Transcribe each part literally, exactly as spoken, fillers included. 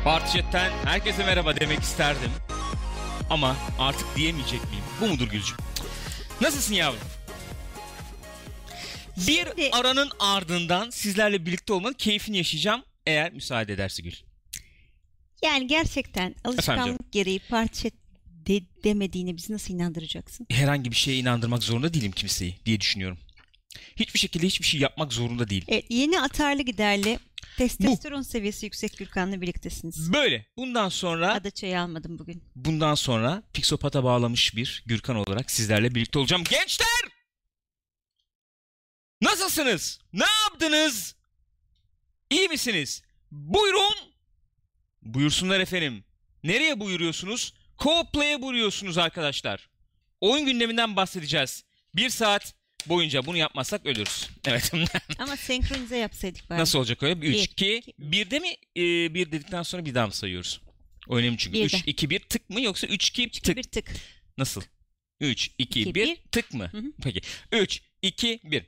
Partichat'ten herkese merhaba demek isterdim. Ama artık diyemeyecek miyim? Bu mudur Gülcüm? Nasılsın yavrum? Bir Şimdi... aranın ardından sizlerle birlikte olmanın keyfini yaşayacağım. Eğer müsaade ederse Gül. Yani gerçekten alışkanlık Efendim gereği Partichat de demediğini bizi nasıl inandıracaksın? Herhangi bir şeye inandırmak zorunda değilim kimseyi diye düşünüyorum. Hiçbir şekilde hiçbir şey yapmak zorunda değil. Evet, yeni atarlı giderli testosteron Bu. seviyesi yüksek Gürkan'la birliktesiniz. Böyle. Bundan sonra... Adaçayı almadım bugün. Bundan sonra Pixopat'a bağlamış bir Gürkan olarak sizlerle birlikte olacağım. Gençler! Nasılsınız? Ne yaptınız? İyi misiniz? Buyurun. Buyursunlar efendim. Nereye buyuruyorsunuz? Co-play'e buyuruyorsunuz arkadaşlar. Oyun gündeminden bahsedeceğiz. Bir saat boyunca bunu yapmazsak ölürüz. Evet. Ama senkronize yapsaydık bari. Nasıl olacak öyle? üç, iki, birde mi? Ee, bir dedikten sonra bir daha mı sayıyoruz? O önemli çünkü. üç, iki, bir tık mı yoksa üç, iki, tık? bir tık. Nasıl? üç, iki, bir tık mı? Hı hı. Peki. üç, iki, bir.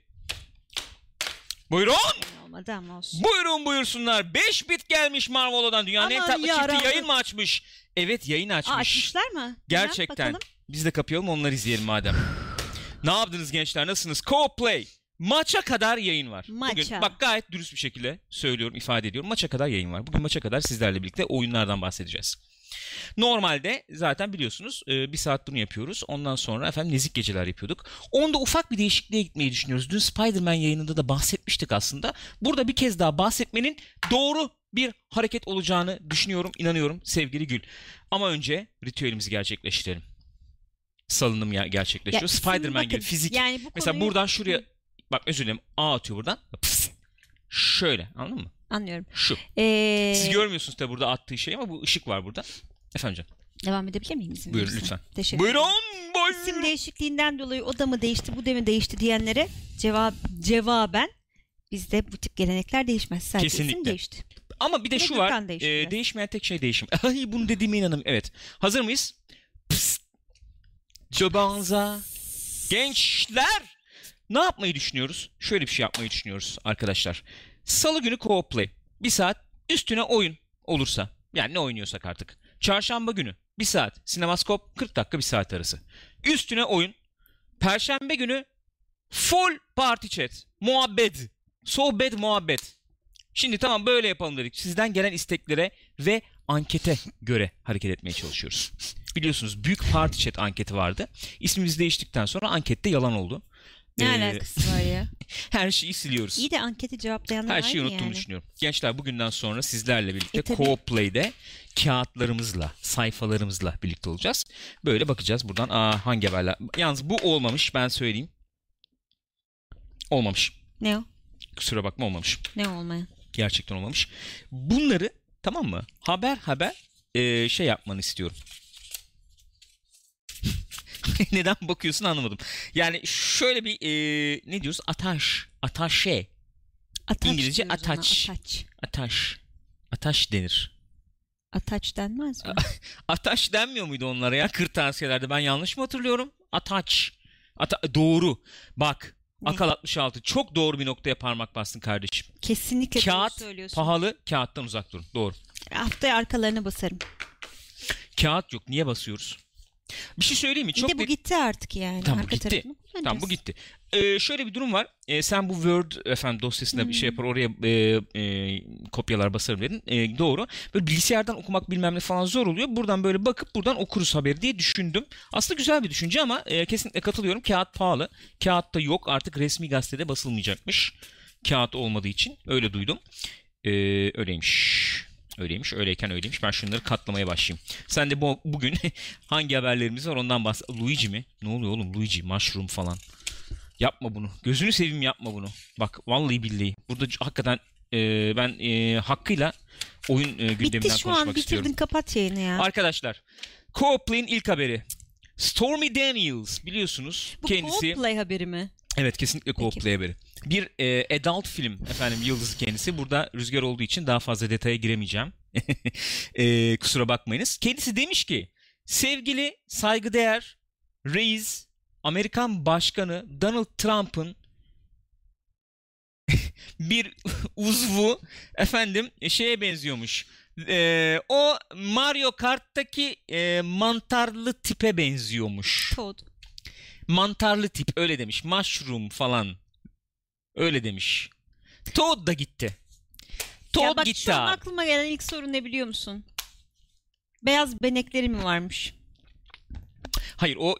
Buyurun. Olmadı ama olsun. Buyurun buyursunlar. beş bit gelmiş Marvel'dan. Dünyanın en tatlı çifti yayın mı açmış? Evet, yayın açmış. Aa, açmışlar mı? Gerçekten. Biz de kapayalım, onları izleyelim madem. Ne yaptınız gençler? Nasılsınız? Co-play. Maça kadar yayın var. Maça. Bugün bak gayet dürüst bir şekilde söylüyorum, ifade ediyorum. Maça kadar yayın var. Bugün maça kadar sizlerle birlikte oyunlardan bahsedeceğiz. Normalde zaten biliyorsunuz bir saat bunu yapıyoruz. Ondan sonra efendim nezik geceler yapıyorduk. Onda ufak bir değişikliğe gitmeyi düşünüyoruz. Dün Spider-Man yayınında da bahsetmiştik aslında. Burada bir kez daha bahsetmenin doğru bir hareket olacağını düşünüyorum, inanıyorum sevgili Gül. Ama önce ritüelimizi gerçekleştirelim. Salınım ya gerçekleşiyor. Spider-Man gibi fizik. Yani bu mesela konuyu... buradan şuraya bak, özür dilerim, A atıyor buradan. Pıs. Şöyle, anladın mı? Anlıyorum. Şu. Ee... Siz görmüyorsunuz tabi burada attığı şey ama bu ışık var burada. Efendim canım. Devam edebilir miyim? İzin Buyurun verirsen? lütfen. Teşekkür Buyurun. Buyurun. İsim değişikliğinden dolayı o da mı değişti, bu da mı değişti diyenlere cevap cevaben bizde bu tip gelenekler değişmez. Sadece Kesinlikle. isim değişti. Ama bir de Ve şu var. E, değişti değişmeyen tek şey değişim. Ay, bunu dediğime inanın. Evet. Hazır mıyız? Psst. Cobanza. Gençler. Ne yapmayı düşünüyoruz? Şöyle bir şey yapmayı düşünüyoruz arkadaşlar. Salı günü co-play. Bir saat üstüne oyun olursa. Yani ne oynuyorsak artık. Çarşamba günü bir saat. Sinemaskop kırk dakika bir saat arası. Üstüne oyun. Perşembe günü full party chat. Muhabbet. Sohbet muhabbet. Şimdi tamam böyle yapalım dedik. Sizden gelen isteklere ve ankete göre hareket etmeye çalışıyoruz. Biliyorsunuz büyük party chat anketi vardı. İsmimiz değiştikten sonra ankette yalan oldu. Ne ee, alakası var ya? Her şeyi siliyoruz. İyi de anketi cevaplayanlar Her şeyi unuttuğumu yani. düşünüyorum. Gençler bugünden sonra sizlerle birlikte e, co-play'de kağıtlarımızla, sayfalarımızla birlikte olacağız. Böyle bakacağız buradan. Aa, hangi haberler? Yalnız bu olmamış, ben söyleyeyim. Olmamış. Ne o? Kusura bakma, olmamış. Ne olmayan? Gerçekten olmamış. Bunları tamam mı? Haber haber e, şey yapmanı istiyorum. Neden bakıyorsun anlamadım. Yani şöyle bir e, ne diyoruz? Ataş. Ataşe. Ataç İngilizce ataç. ataç. Ataş. Ataş denir. Ataç denmez mi? Ataş denmiyor muydu onlara ya kırtasiyelerde? Ben yanlış mı hatırlıyorum? Ataç. Ata doğru. Bak. Ne? Akal altmış altı. Çok doğru bir noktaya parmak bastın kardeşim. Kesinlikle Kağıt, doğru söylüyorsun. pahalı. Kağıttan uzak durun. Doğru. Haftaya arkalarına basarım. Kağıt yok. Niye basıyoruz? Bir şey söyleyeyim mi? Bir Çok de bu de... gitti artık yani. Tamam, arka gitti. Tamam, bu gitti. Ee, şöyle bir durum var. Ee, sen bu Word efendim dosyasında hmm. bir şey yapar oraya e, e, kopyalar basarım dedin. E, doğru. Böyle bilgisayardan okumak bilmem ne falan zor oluyor. Buradan böyle bakıp buradan okuruz haberi diye düşündüm. Aslında güzel bir düşünce ama e, kesinlikle katılıyorum. Kağıt pahalı. Kağıt da yok. Artık resmi gazetede basılmayacakmış. Kağıt olmadığı için. Öyle duydum. Ee, öyleymiş. Öyleymiş, öyleyken öyleymiş. Ben şunları katlamaya başlayayım. Sen de bu, bugün hangi haberlerimiz var ondan bahset. Luigi mi? Ne oluyor oğlum? Luigi, mushroom falan. Yapma bunu. Gözünü seveyim, yapma bunu. Bak vallahi billahi. Burada hakikaten e, ben e, hakkıyla oyun e, gündeminden konuşmak istiyorum. Bitti şu an, bitirdin, kapat yayını ya. Arkadaşlar, Co-Play'in ilk haberi. Stormy Daniels biliyorsunuz bu kendisi. Co-Play haberi mi? Evet, kesinlikle Co-Play haberi. Bir e, adult film efendim, yıldızı kendisi. Burada rüzgar olduğu için daha fazla detaya giremeyeceğim. e, kusura bakmayınız. Kendisi demiş ki sevgili saygıdeğer reis Amerikan Başkanı Donald Trump'ın bir uzvu efendim şeye benziyormuş. Ee, o Mario Kart'taki e, mantarlı tipe benziyormuş. Toad. Mantarlı tip öyle demiş. Mushroom falan. Öyle demiş. Toad da gitti. Toad Ya bak gitti şu an abi. aklıma gelen ilk soru ne biliyor musun? Beyaz benekleri mi varmış? Hayır o...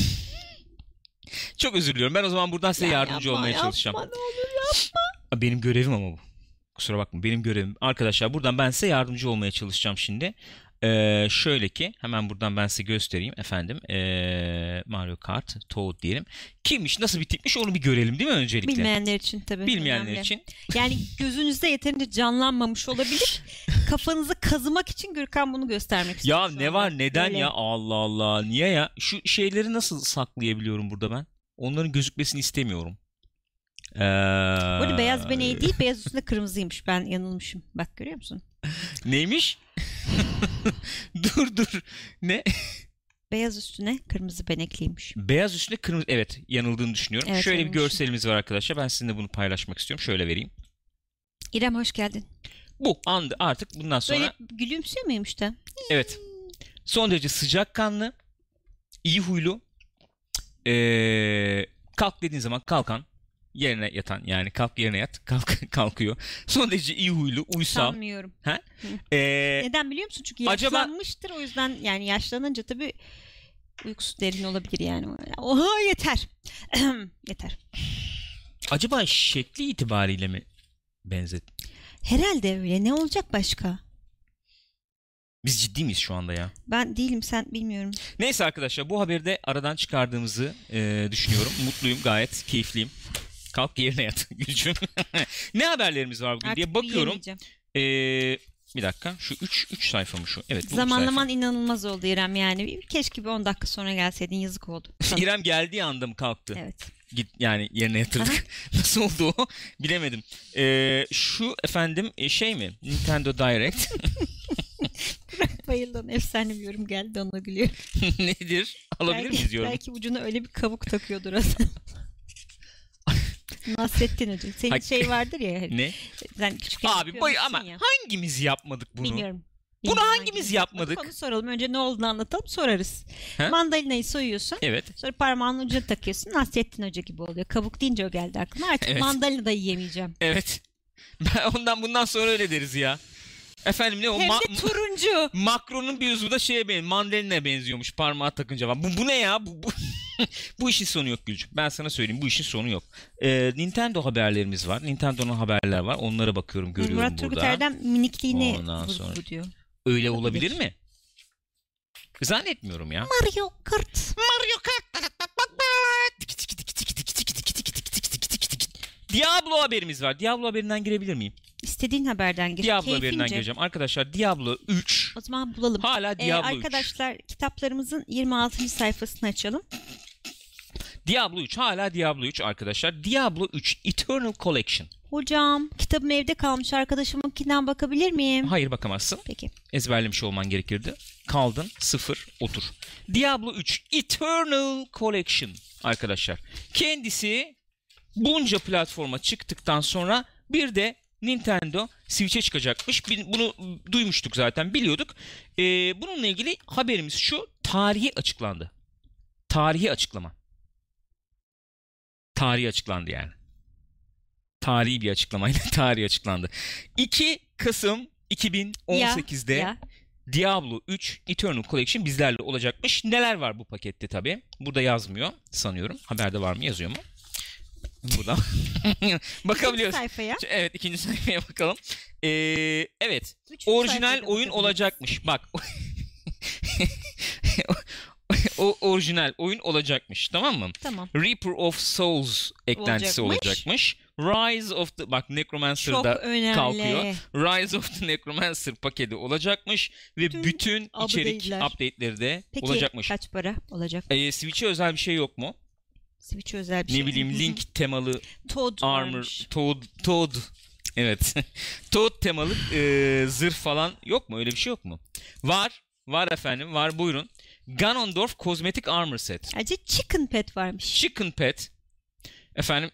Çok özür diliyorum. Ben o zaman buradan size Ya yardımcı yapma, olmaya yapma, çalışacağım. ne olur yapma. Benim görevim ama bu. Kusura bakma, benim görevim. Arkadaşlar buradan ben size yardımcı olmaya çalışacağım şimdi. Ee, şöyle ki hemen buradan ben size göstereyim efendim. Ee, Mario Kart Toad diyelim. Kimmiş, nasıl bir tipmiş onu bir görelim değil mi öncelikle? Bilmeyenler için tabii. Bilmeyenler önemli. için. Yani gözünüzde yeterince canlanmamış olabilir. Kafanızı kazımak için Gürkan bunu göstermek istiyor. Ya şu ne anda. var neden Böyle. ya, Allah Allah, niye ya? Şu şeyleri nasıl saklayabiliyorum burada ben? Onların gözükmesini istemiyorum. Ee... Bu arada beyaz beneği değil, beyaz üstünde kırmızıymış. Ben yanılmışım. Bak görüyor musun? Neymiş? dur dur. Ne? Beyaz üstüne kırmızı benekliymiş. Beyaz üstüne kırmızı. Evet, yanıldığını düşünüyorum. Evet, Şöyle bir yanılmışım. görselimiz var arkadaşlar. Ben sizinle bunu paylaşmak istiyorum. Şöyle vereyim. İrem hoş geldin. Bu andı artık bundan sonra. Böyle gülümsüyor muymuş da? Evet. Son derece sıcakkanlı, iyi huylu. Ee, kalk dediğin zaman kalkan, yerine yatan, yani kalk yerine yat, kalk kalkıyor. Son derece iyi huylu, uysal. Sanmıyorum. Ha? Ee, Neden biliyor musun? Çünkü acaba- yaşlanmıştır. O yüzden yani yaşlanınca tabii uykusu derin olabilir yani. Oha yeter. Yeter. acaba şekli itibariyle mi benzet? Herhalde öyle. Ne olacak başka? Biz ciddi miyiz şu anda ya? Ben değilim, sen bilmiyorum. Neyse arkadaşlar, bu haberi de aradan çıkardığımızı e, düşünüyorum. Mutluyum, gayet keyifliyim. Kalk yerine yat Gülcüm. Ne haberlerimiz var bugün Artık diye bakıyorum. yiyemeyeceğim. Ee, bir dakika, şu üç sayfa mı şu? Evet, bu üç Zamanlaman sayfa. inanılmaz oldu İrem yani. Keşke bir on dakika sonra gelseydin, yazık oldu. Sana. İrem geldiği anda mı kalktı? Evet. Git yani yerine yatırdık. Nasıl oldu o? Bilemedim. Ee, şu efendim e, şey mi? Nintendo Direct. Bayıldan efsane bir yorum geldi, ona gülüyorum. Nedir? Alabilir belki, miyiz yorum? Belki ucuna öyle bir kabuk takıyordur aslında. Nasrettin Hoca. Senin Hayır. şey vardır ya. Hani, Ne? sen küçükken Abi bay yapıyormuşsun ama ya. hangimiz yapmadık bunu? Bilmiyorum. Bunu Bilmiyorum hangimiz yapmadık? Onu soralım. Önce ne olduğunu anlatalım, sorarız. He? Mandalinayı soyuyorsun. Evet. Sonra parmağının ucuna takıyorsun. Nasrettin Hoca gibi oluyor. Kabuk deyince o geldi aklıma. Artık Evet. mandalina da yiyemeyeceğim. Evet. Ben ondan bundan sonra öyle deriz ya. Efendim ne o? Hem Ma- de turuncu. Macron'un bir uzvu da şeye benziyor. Mandalina'ya benziyormuş parmağı takınca. Bu, bu ne ya? Bu, bu, bu işin sonu yok Gülcüm. Ben sana söyleyeyim, bu işin sonu yok. Ee, Nintendo haberlerimiz var. Nintendo'nun haberler var. Onlara bakıyorum, görüyorum Murat burada. Turgut Erdem minikliğini Ondan vurgu sonra- diyor. Öyle Olabilir. olabilir mi? Zannetmiyorum ya. Mario Kart. Mario Kart. Diablo haberimiz var. Diablo haberinden girebilir miyim? İstediğin haberden gir. Diablo haberinden Keyfince. gireceğim. Arkadaşlar Diablo üç O zaman bulalım. hala Ee, Diablo üç. arkadaşlar kitaplarımızın yirmi altıncı sayfasını açalım. Diablo üç hala Diablo üç arkadaşlar. Diablo üç Eternal Collection. Hocam kitabım evde kalmış, arkadaşımınkinden bakabilir miyim? Hayır, bakamazsın. Peki. Ezberlemiş olman gerekirdi. Kaldın, sıfır, otur. Diablo üç Eternal Collection arkadaşlar. Kendisi bunca platforma çıktıktan sonra bir de Nintendo Switch'e çıkacakmış. Bunu duymuştuk zaten, biliyorduk. Ee, bununla ilgili haberimiz şu: tarihi açıklandı. Tarihi açıklama. Tarihi açıklandı yani. Tarihi bir açıklamayla tarihi açıklandı. iki Kasım iki bin on sekizde Ya, ya. Diablo üç Eternal Collection bizlerle olacakmış. Neler var bu pakette tabii? Burada yazmıyor sanıyorum. Haberde var mı? Yazıyor mu? Burada. Bakabiliyoruz. İkinci sayfaya. Evet, ikinci sayfaya bakalım. Ee, evet. Üçüncü Orijinal sayfaya da oyun bakabiliriz. olacakmış. Bak. O orijinal oyun olacakmış, tamam mı? Tamam. Reaper of Souls eklentisi Olacakmış. olacakmış. Rise of the bak Çok Necromancer'da önemli. kalkıyor. Rise of the Necromancer paketi olacakmış ve Bütün bütün içerik update'ler. update'leri de Peki olacakmış. kaç para olacak? Ee, Switch'e özel bir şey yok mu? Switch özel bir Ne şey. bileyim, Link temalı Toad armor, varmış. Toad, Toad. Evet. Toad temalı e, zırh falan yok mu? Öyle bir şey yok mu? Var. Var efendim. Var, buyurun. Ganondorf Cosmetic Armor Set. Ayrıca Chicken Pet varmış. Chicken Pet. Efendim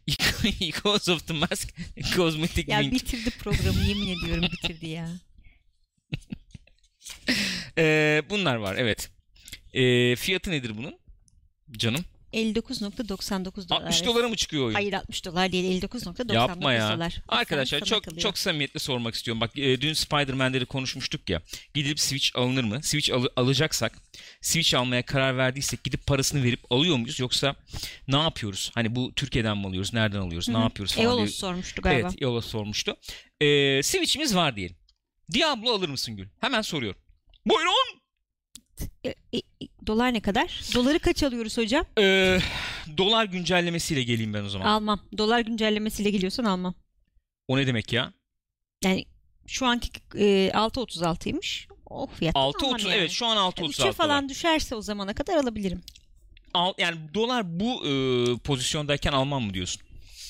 Echoes of the Mask Cosmetic Ya Link. bitirdi programı, yemin ediyorum bitirdi ya. Ee, bunlar var evet. Ee, fiyatı nedir bunun? Canım. elli dokuz virgül doksan dokuz dolar. altmış dolara mı çıkıyor oyun? Hayır altmış dolar değil, elli dokuz virgül doksan dokuz Yapma ya. dolar. Arkadaşlar Sana çok kalıyor. çok samimiyetle sormak istiyorum. Bak e, dün Spider-Man'leri konuşmuştuk ya. Gidip Switch alınır mı? Switch al- alacaksak, Switch almaya karar verdiysek gidip parasını verip alıyor muyuz? Yoksa ne yapıyoruz? Hani bu Türkiye'den mi alıyoruz? Nereden alıyoruz? Hı. Ne yapıyoruz falan Eolos diye. sormuştu galiba. Evet, Eolos sormuştu. Ee, Switch'imiz var diyelim. Diablo alır mısın Gül? Hemen soruyorum. Buyurun. E, e, e, dolar ne kadar? Doları kaç alıyoruz hocam? Ee, dolar güncellemesiyle geleyim ben o zaman. Almam. Dolar güncellemesiyle geliyorsan almam. O ne demek ya? Yani şu anki e, altı otuz altıymış. O fiyattan altı almam otuz yani. evet şu an altı otuz altı üçe falan düşerse o zamana kadar alabilirim. Al, yani dolar bu e, pozisyondayken almam mı diyorsun?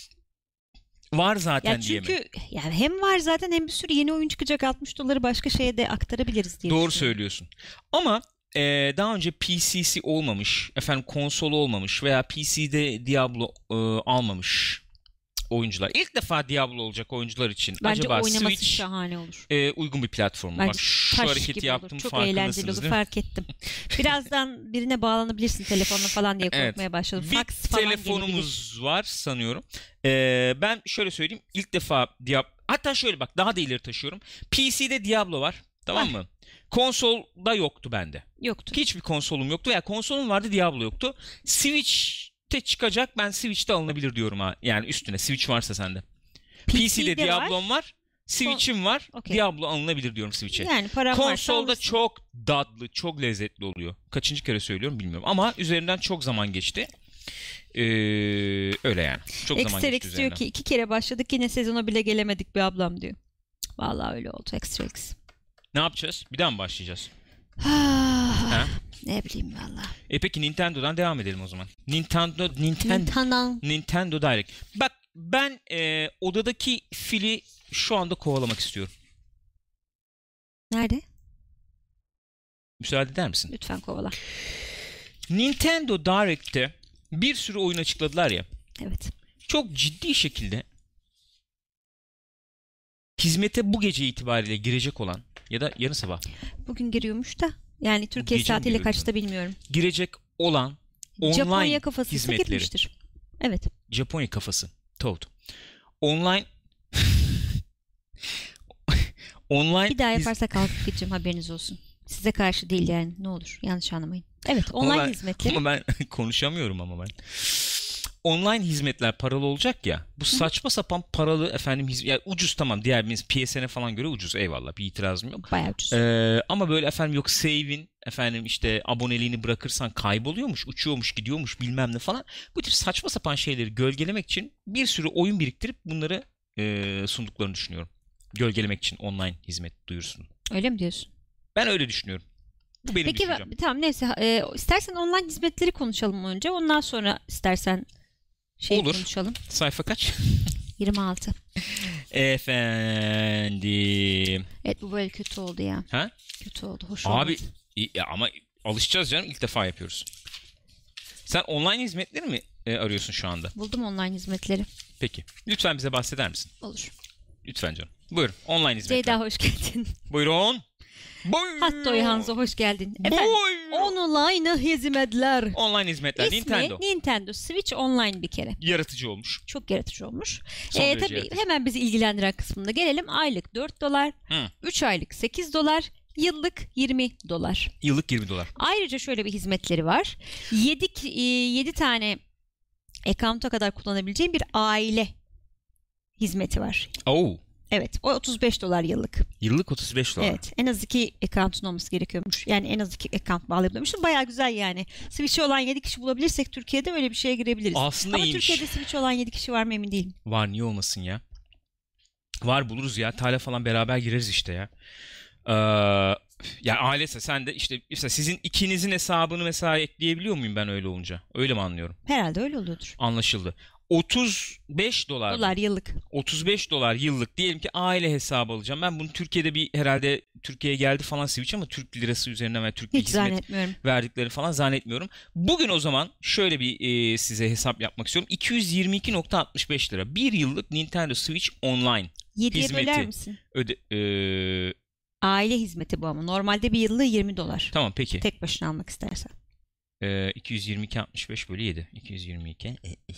Var zaten Ya diye mi? çünkü yani hem var zaten hem bir sürü yeni oyun çıkacak, altmış doları başka şeye de aktarabiliriz diye Doğru düşünüyorum. söylüyorsun. Ama e, daha önce P C'si olmamış, efendim konsolu olmamış veya P C'de Diablo e, almamış oyuncular. İlk defa Diablo olacak oyuncular için Bence acaba oynaması Switch şahane olur. e, uygun bir platform mu? Bence Bak şu taş hareketi gibi yaptım olur. Çok farkındasınız eğlenceli olur, değil mi? fark ettim. Birazdan birine bağlanabilirsin telefonla falan diye korkmaya Evet. başladım. Bir Fax falan gelebilir. telefonumuz var sanıyorum. Ee, ben şöyle söyleyeyim. İlk defa Diablo... Hatta şöyle bak daha da ileri taşıyorum. P C'de Diablo var. Tamam Var. mı? Konsolda yoktu bende. Yoktu. Hiçbir konsolum yoktu. Veya konsolum vardı Diablo yoktu. Switch'te çıkacak. Ben Switch'te alınabilir diyorum ha. Yani üstüne Switch varsa sende. P C'de P C'de Diablo'm var. Switch'im var. Okey. Diablo alınabilir diyorum Switch'e. Yani param varsa Konsolda alırsın. çok tatlı, çok lezzetli oluyor. Kaçıncı kere söylüyorum bilmiyorum. Ama üzerinden çok zaman geçti. Ee, öyle yani. Çok zaman Extra geçti X diyor üzerinden. ki iki kere başladık yine sezona bile gelemedik bir ablam diyor. Vallahi öyle oldu Extra X. Ne yapacağız? Bir daha mı başlayacağız? Ah, Ha? ne bileyim valla. E peki Nintendo'dan devam edelim o zaman. Nintendo Nintendo Nintendo. Nintendo Direct. Bak ben e, odadaki fili şu anda kovalamak istiyorum. Nerede? Müsaade eder misin? Lütfen kovala. Nintendo Direct'te bir sürü oyun açıkladılar ya. Evet. Çok ciddi şekilde hizmete bu gece itibariyle girecek olan ya da yarın sabah Bugün giriyormuş da. Yani Türkiye gece mi saatiyle giriyor kaçta bilmiyorum. girecek olan online Japonya kafası ise hizmetleri. girmiştir. Evet. Japonya kafası. Toad. Online online Bir daha hiz- yaparsak kalkıp haberiniz olsun. Size karşı değil yani, ne olur yanlış anlamayın. Evet, online Ama ben- hizmetleri. Ama ben konuşamıyorum ama ben. Online hizmetler paralı olacak ya. Bu saçma sapan paralı efendim hizmet. Yani ucuz tamam. Diğer bir P S N'e falan göre ucuz. Eyvallah. Bir itirazım yok. Bayağı ucuz. Ee, ama böyle efendim yok save'in efendim işte aboneliğini bırakırsan kayboluyormuş, uçuyormuş, gidiyormuş bilmem ne falan. Bu tip saçma sapan şeyleri gölgelemek için bir sürü oyun biriktirip bunları e, sunduklarını düşünüyorum. Gölgelemek için online hizmet duyursun. Öyle mi diyorsun? Ben öyle düşünüyorum. Bu benim Peki düşüncem. ben- tamam neyse e, istersen online hizmetleri konuşalım önce. Ondan sonra istersen şey Olur. konuşalım. Sayfa kaç? yirmi altı. Efendim. Evet, bu böyle kötü oldu ya. Ha? Kötü oldu. Hoş Abi olmadı. i- ya ama alışacağız canım. İlk defa yapıyoruz. Sen online hizmetleri mi e, arıyorsun şu anda? Buldum online hizmetleri. Peki. Lütfen bize bahseder misin? Olur. Lütfen canım. Buyurun. Online hizmetler. Ceyda hoş geldin. Buyurun. Buyurun. Hattoy Hanzo hoş geldin. Efendim Buyurun. online hizmetler. Online hizmetler. İsmi Nintendo. Nintendo Switch Online bir kere. Yaratıcı olmuş. Çok yaratıcı olmuş. Son Ee, derece tabii yaratıcı. hemen bizi ilgilendiren kısmında gelelim. Aylık dört dolar, Hı. üç aylık sekiz dolar, yıllık yirmi dolar. Yıllık yirmi dolar. Ayrıca şöyle bir hizmetleri var. yedi, yedi tane account'a kadar kullanabileceğim bir aile hizmeti var. Oo. Evet, o otuz beş dolar yıllık. Yıllık otuz beş dolar. Evet, en az iki account'un olması gerekiyormuş. Yani en az iki account bağlayabiliyormuş. Bayağı güzel yani. Switch'i olan yedi kişi bulabilirsek Türkiye'de öyle bir şeye girebiliriz. Aslında Ama iyiymiş. Türkiye'de Switch olan yedi kişi var mı emin değilim. Var niye olmasın ya? Var buluruz ya. Tale falan beraber gireriz işte ya. Ee, ya ailese sen de işte mesela sizin ikinizin hesabını mesela ekleyebiliyor muyum ben öyle olunca? Öyle mi anlıyorum? Herhalde öyle oluyordur. Anlaşıldı. otuz beş dolar. mı? Dolar yıllık. otuz beş dolar yıllık diyelim ki aile hesabı alacağım. Ben bunu Türkiye'de bir herhalde Türkiye'ye geldi falan Switch ama Türk lirası üzerinden ve Türk bir Hiç hizmet zannetmiyorum. verdikleri falan zannetmiyorum. Bugün o zaman şöyle bir e, size hesap yapmak istiyorum. iki yüz yirmi iki virgül altmış beş lira. Bir yıllık Nintendo Switch Online yediye hizmeti. böler misin? öde e, Aile hizmeti bu ama. Normalde bir yıllığı yirmi dolar. Tamam peki. Tek başına almak istersen. Ee, iki yüz yirmi iki altmış beş bölü yedi. iki yüz yirmi iki.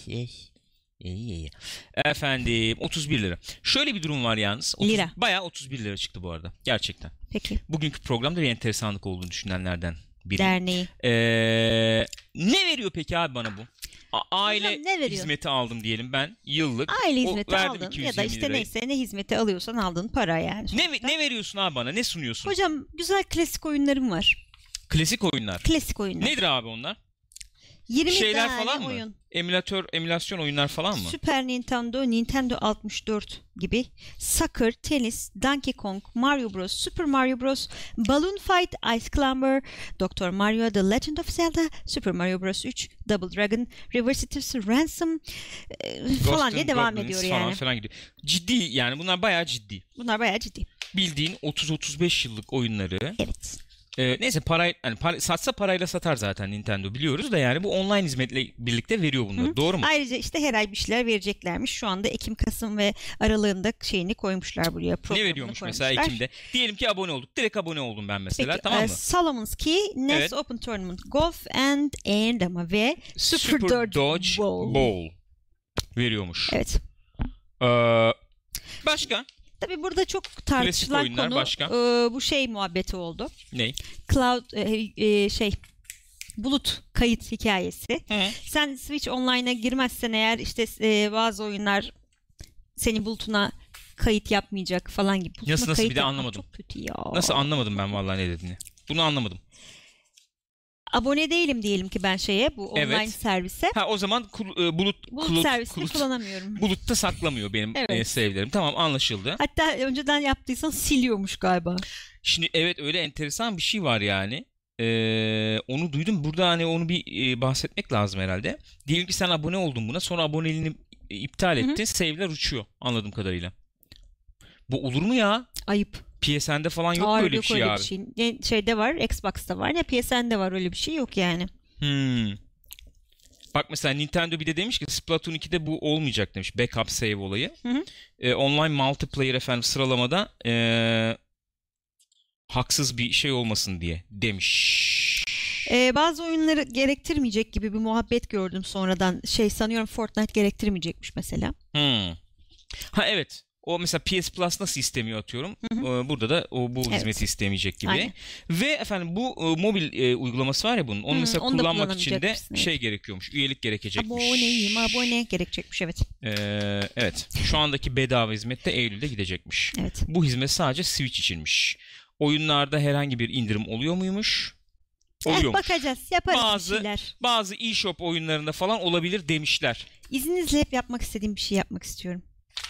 Efendim otuz bir lira. Şöyle bir durum var yalnız. otuz, Lira. Bayağı otuz bir lira çıktı bu arada. Gerçekten. Peki. Bugünkü programda bir enteresanlık olduğunu düşünenlerden biri. Derneği. Ee, ne veriyor peki abi bana bu? A- aile Hocam, ne veriyor? hizmeti aldım diyelim ben yıllık. Aile O- hizmeti verdim aldın iki yüz ya da yirmi işte lirayı. neyse ne hizmeti alıyorsan aldığın para yani. Ne, sonuçta. ne veriyorsun abi bana? Ne sunuyorsun? Hocam güzel klasik oyunlarım var. Klasik oyunlar. Klasik oyunlar. Nedir abi onlar? yirmi Şeyler tane falan mı? oyun. Emülatör, emülasyon oyunlar falan mı? Super Nintendo, Nintendo altmış dört gibi. Soccer, tenis, Donkey Kong, Mario Bros, Super Mario Bros, Balloon Fight, Ice Climber, Doctor Mario, The Legend of Zelda, Super Mario Bros üç, Double Dragon, River Cities Ransom e, falan diye Ghost and devam Goblins ediyor falan yani. falan gidiyor. Ciddi yani bunlar bayağı ciddi. Bunlar bayağı ciddi. Bildiğin otuz otuz beş yıllık oyunları. Evet. Ee, neyse parayı yani para, satsa parayla satar zaten Nintendo biliyoruz da yani bu online hizmetle birlikte veriyor bunları. Hı hı. Doğru mu? Ayrıca işte her ay bir şeyler vereceklermiş. Şu anda Ekim, Kasım ve aralığında şeyini koymuşlar buraya. Ne programını veriyormuş mesela koymuşlar. Ekim'de? Diyelim ki abone olduk. Direkt abone oldum ben mesela. Peki, tamam e, mı? Solomon's Key, N E S Evet. Open Tournament Golf and and ama ve Super, Dodge, Dodge Bowl. Bowl veriyormuş. Evet. Ee, başka? Tabii burada çok tartışılan oyunlar konu başka? e, bu şey muhabbeti oldu. Ne? Cloud e, e, şey bulut kayıt hikayesi. Hı. Sen Switch Online'a girmezsen eğer işte e, bazı oyunlar seni bulutuna kayıt yapmayacak falan gibi. Bulutuna Nasıl, nasıl? kayıt Bir de yapmak anlamadım. Çok kötü ya. Nasıl anlamadım ben vallahi ne dediğini. Bunu anlamadım. Abone değilim diyelim ki ben şeye bu online Evet. servise. Ha o zaman kul- e, bulut Bulut kulut- servisini kulut- kullanamıyorum. bulutta saklamıyor benim Evet. e, save'lerim. Tamam anlaşıldı. Hatta önceden yaptıysan siliyormuş galiba. Şimdi evet öyle enteresan bir şey var yani. Ee, onu duydum. Burada hani onu bir e, bahsetmek lazım herhalde. Diyelim ki sen abone oldun buna. Sonra aboneliğini e, iptal Hı hı. ettin. Save'ler uçuyor anladığım kadarıyla. Bu olur mu ya? Ayıp. P S N'de falan yok Hayır, böyle bir şey öyle abi. bir şey. Ne şeyde var, Xbox'ta var, ne P S N'de var, öyle bir şey yok yani. Hmm. Bak mesela Nintendo bir de demiş ki Splatoon ikide bu olmayacak demiş. Backup save olayı. Hı hı. Ee, online multiplayer efendim sıralamada ee, haksız bir şey olmasın diye demiş. Ee, bazı oyunları gerektirmeyecek gibi bir muhabbet gördüm sonradan. Şey sanıyorum Fortnite gerektirmeyecekmiş mesela. Hmm. Ha evet. O mesela P S Plus nasıl istemiyor atıyorum. Hı hı. Ee, Burada da o bu Evet. hizmeti istemeyecek gibi. Aynen. Ve efendim bu e, mobil e, uygulaması var ya bunun. Onu Hı, mesela onu da kullanmak için de kullanamayacakmışsın, evet. şey gerekiyormuş. Üyelik gerekecekmiş. Aboneyim, abone gerekecekmiş, evet. Ee, evet. Şu andaki bedava hizmet de Eylül'de gidecekmiş. Evet. Bu hizmet sadece Switch içinmiş. Oyunlarda herhangi bir indirim oluyor muymuş? Eh, Oluyormuş. bakacağız, yaparız Bazı- bir şeyler. Bazı e-shop oyunlarında falan olabilir demişler. İzninizle hep yapmak istediğim bir şey yapmak istiyorum.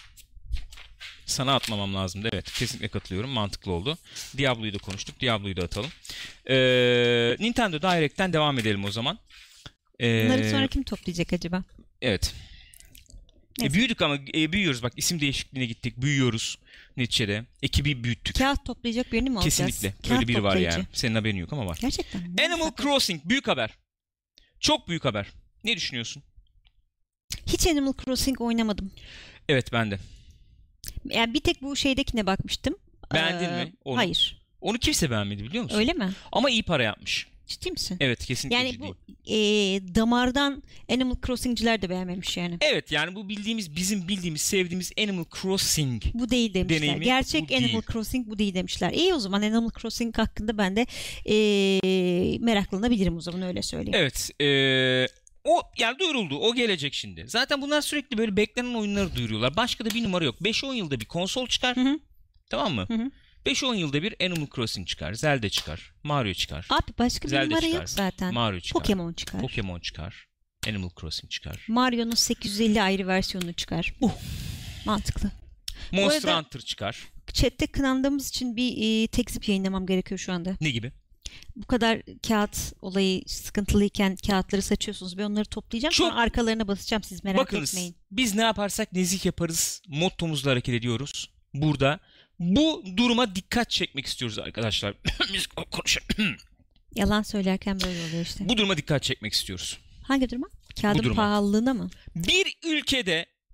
Sana atmamam lazımdı. Evet. Kesinlikle katılıyorum. Mantıklı oldu. Diablo'yu da konuştuk. Diablo'yu da atalım. Ee, Nintendo Direct'ten devam edelim o zaman. Ee, Bunları sonra kim toplayacak acaba? Evet. E, Neyse. büyüdük ama e, büyüyoruz. Bak isim değişikliğine gittik. Büyüyoruz. Neticede. Ekibi büyüttük. Kağıt toplayacak birini mi alacağız? Kesinlikle. Kağıt Öyle biri var toplayıcı. yani. Senin haberin yok ama var. Gerçekten. mi? Animal Sakın. Crossing. Büyük haber. Çok büyük haber. Ne düşünüyorsun? Hiç Animal Crossing oynamadım. Evet ben de. Yani bir tek bu şeydekine bakmıştım. Beğendin Ee, mi onu? Hayır. Onu kimse beğenmedi biliyor musun? Öyle mi? Ama iyi para yapmış. Ciddi misin? Evet kesinlikle Yani ciddiyim. bu e, damardan Animal Crossing'ciler de beğenmemiş yani. Evet yani bu bildiğimiz bizim bildiğimiz sevdiğimiz Animal Crossing. Bu değil demişler. Deneyimi Gerçek bu Animal değil. Crossing bu değil demişler. İyi o zaman Animal Crossing hakkında ben de e, meraklanabilirim o zaman, öyle söyleyeyim. Evet. eee, o yani duyuruldu. O gelecek şimdi. Zaten bunlar sürekli böyle beklenen oyunları duyuruyorlar. Başka da bir numara yok. beş on yılda bir konsol çıkar. Hı hı. Tamam mı? Hı hı. beş on yılda bir Animal Crossing çıkar. Zelda çıkar. Mario çıkar. Abi başka bir Zelda numara çıkar. yok zaten. Mario çıkar. Pokemon çıkar. Pokemon çıkar. Animal Crossing çıkar. Mario'nun sekiz yüz elli ayrı versiyonu çıkar. Uh, mantıklı. Monster arada- Hunter çıkar. Chat'te kınandığımız için bir e, tekzip yayınlamam gerekiyor şu anda. Ne gibi? Bu kadar kağıt olayı sıkıntılıyken kağıtları saçıyorsunuz. Ben onları toplayacağım. Çok- Sonra arkalarına basacağım, siz merak Bakınız etmeyin. biz ne yaparsak nezih yaparız mottomuzla hareket ediyoruz burada. Bu duruma dikkat çekmek istiyoruz arkadaşlar. Biz konuşalım. Yalan söylerken böyle oluyor işte. Bu duruma dikkat çekmek istiyoruz. Hangi duruma? Kağıdın duruma. pahalılığına mı? Bir ülkede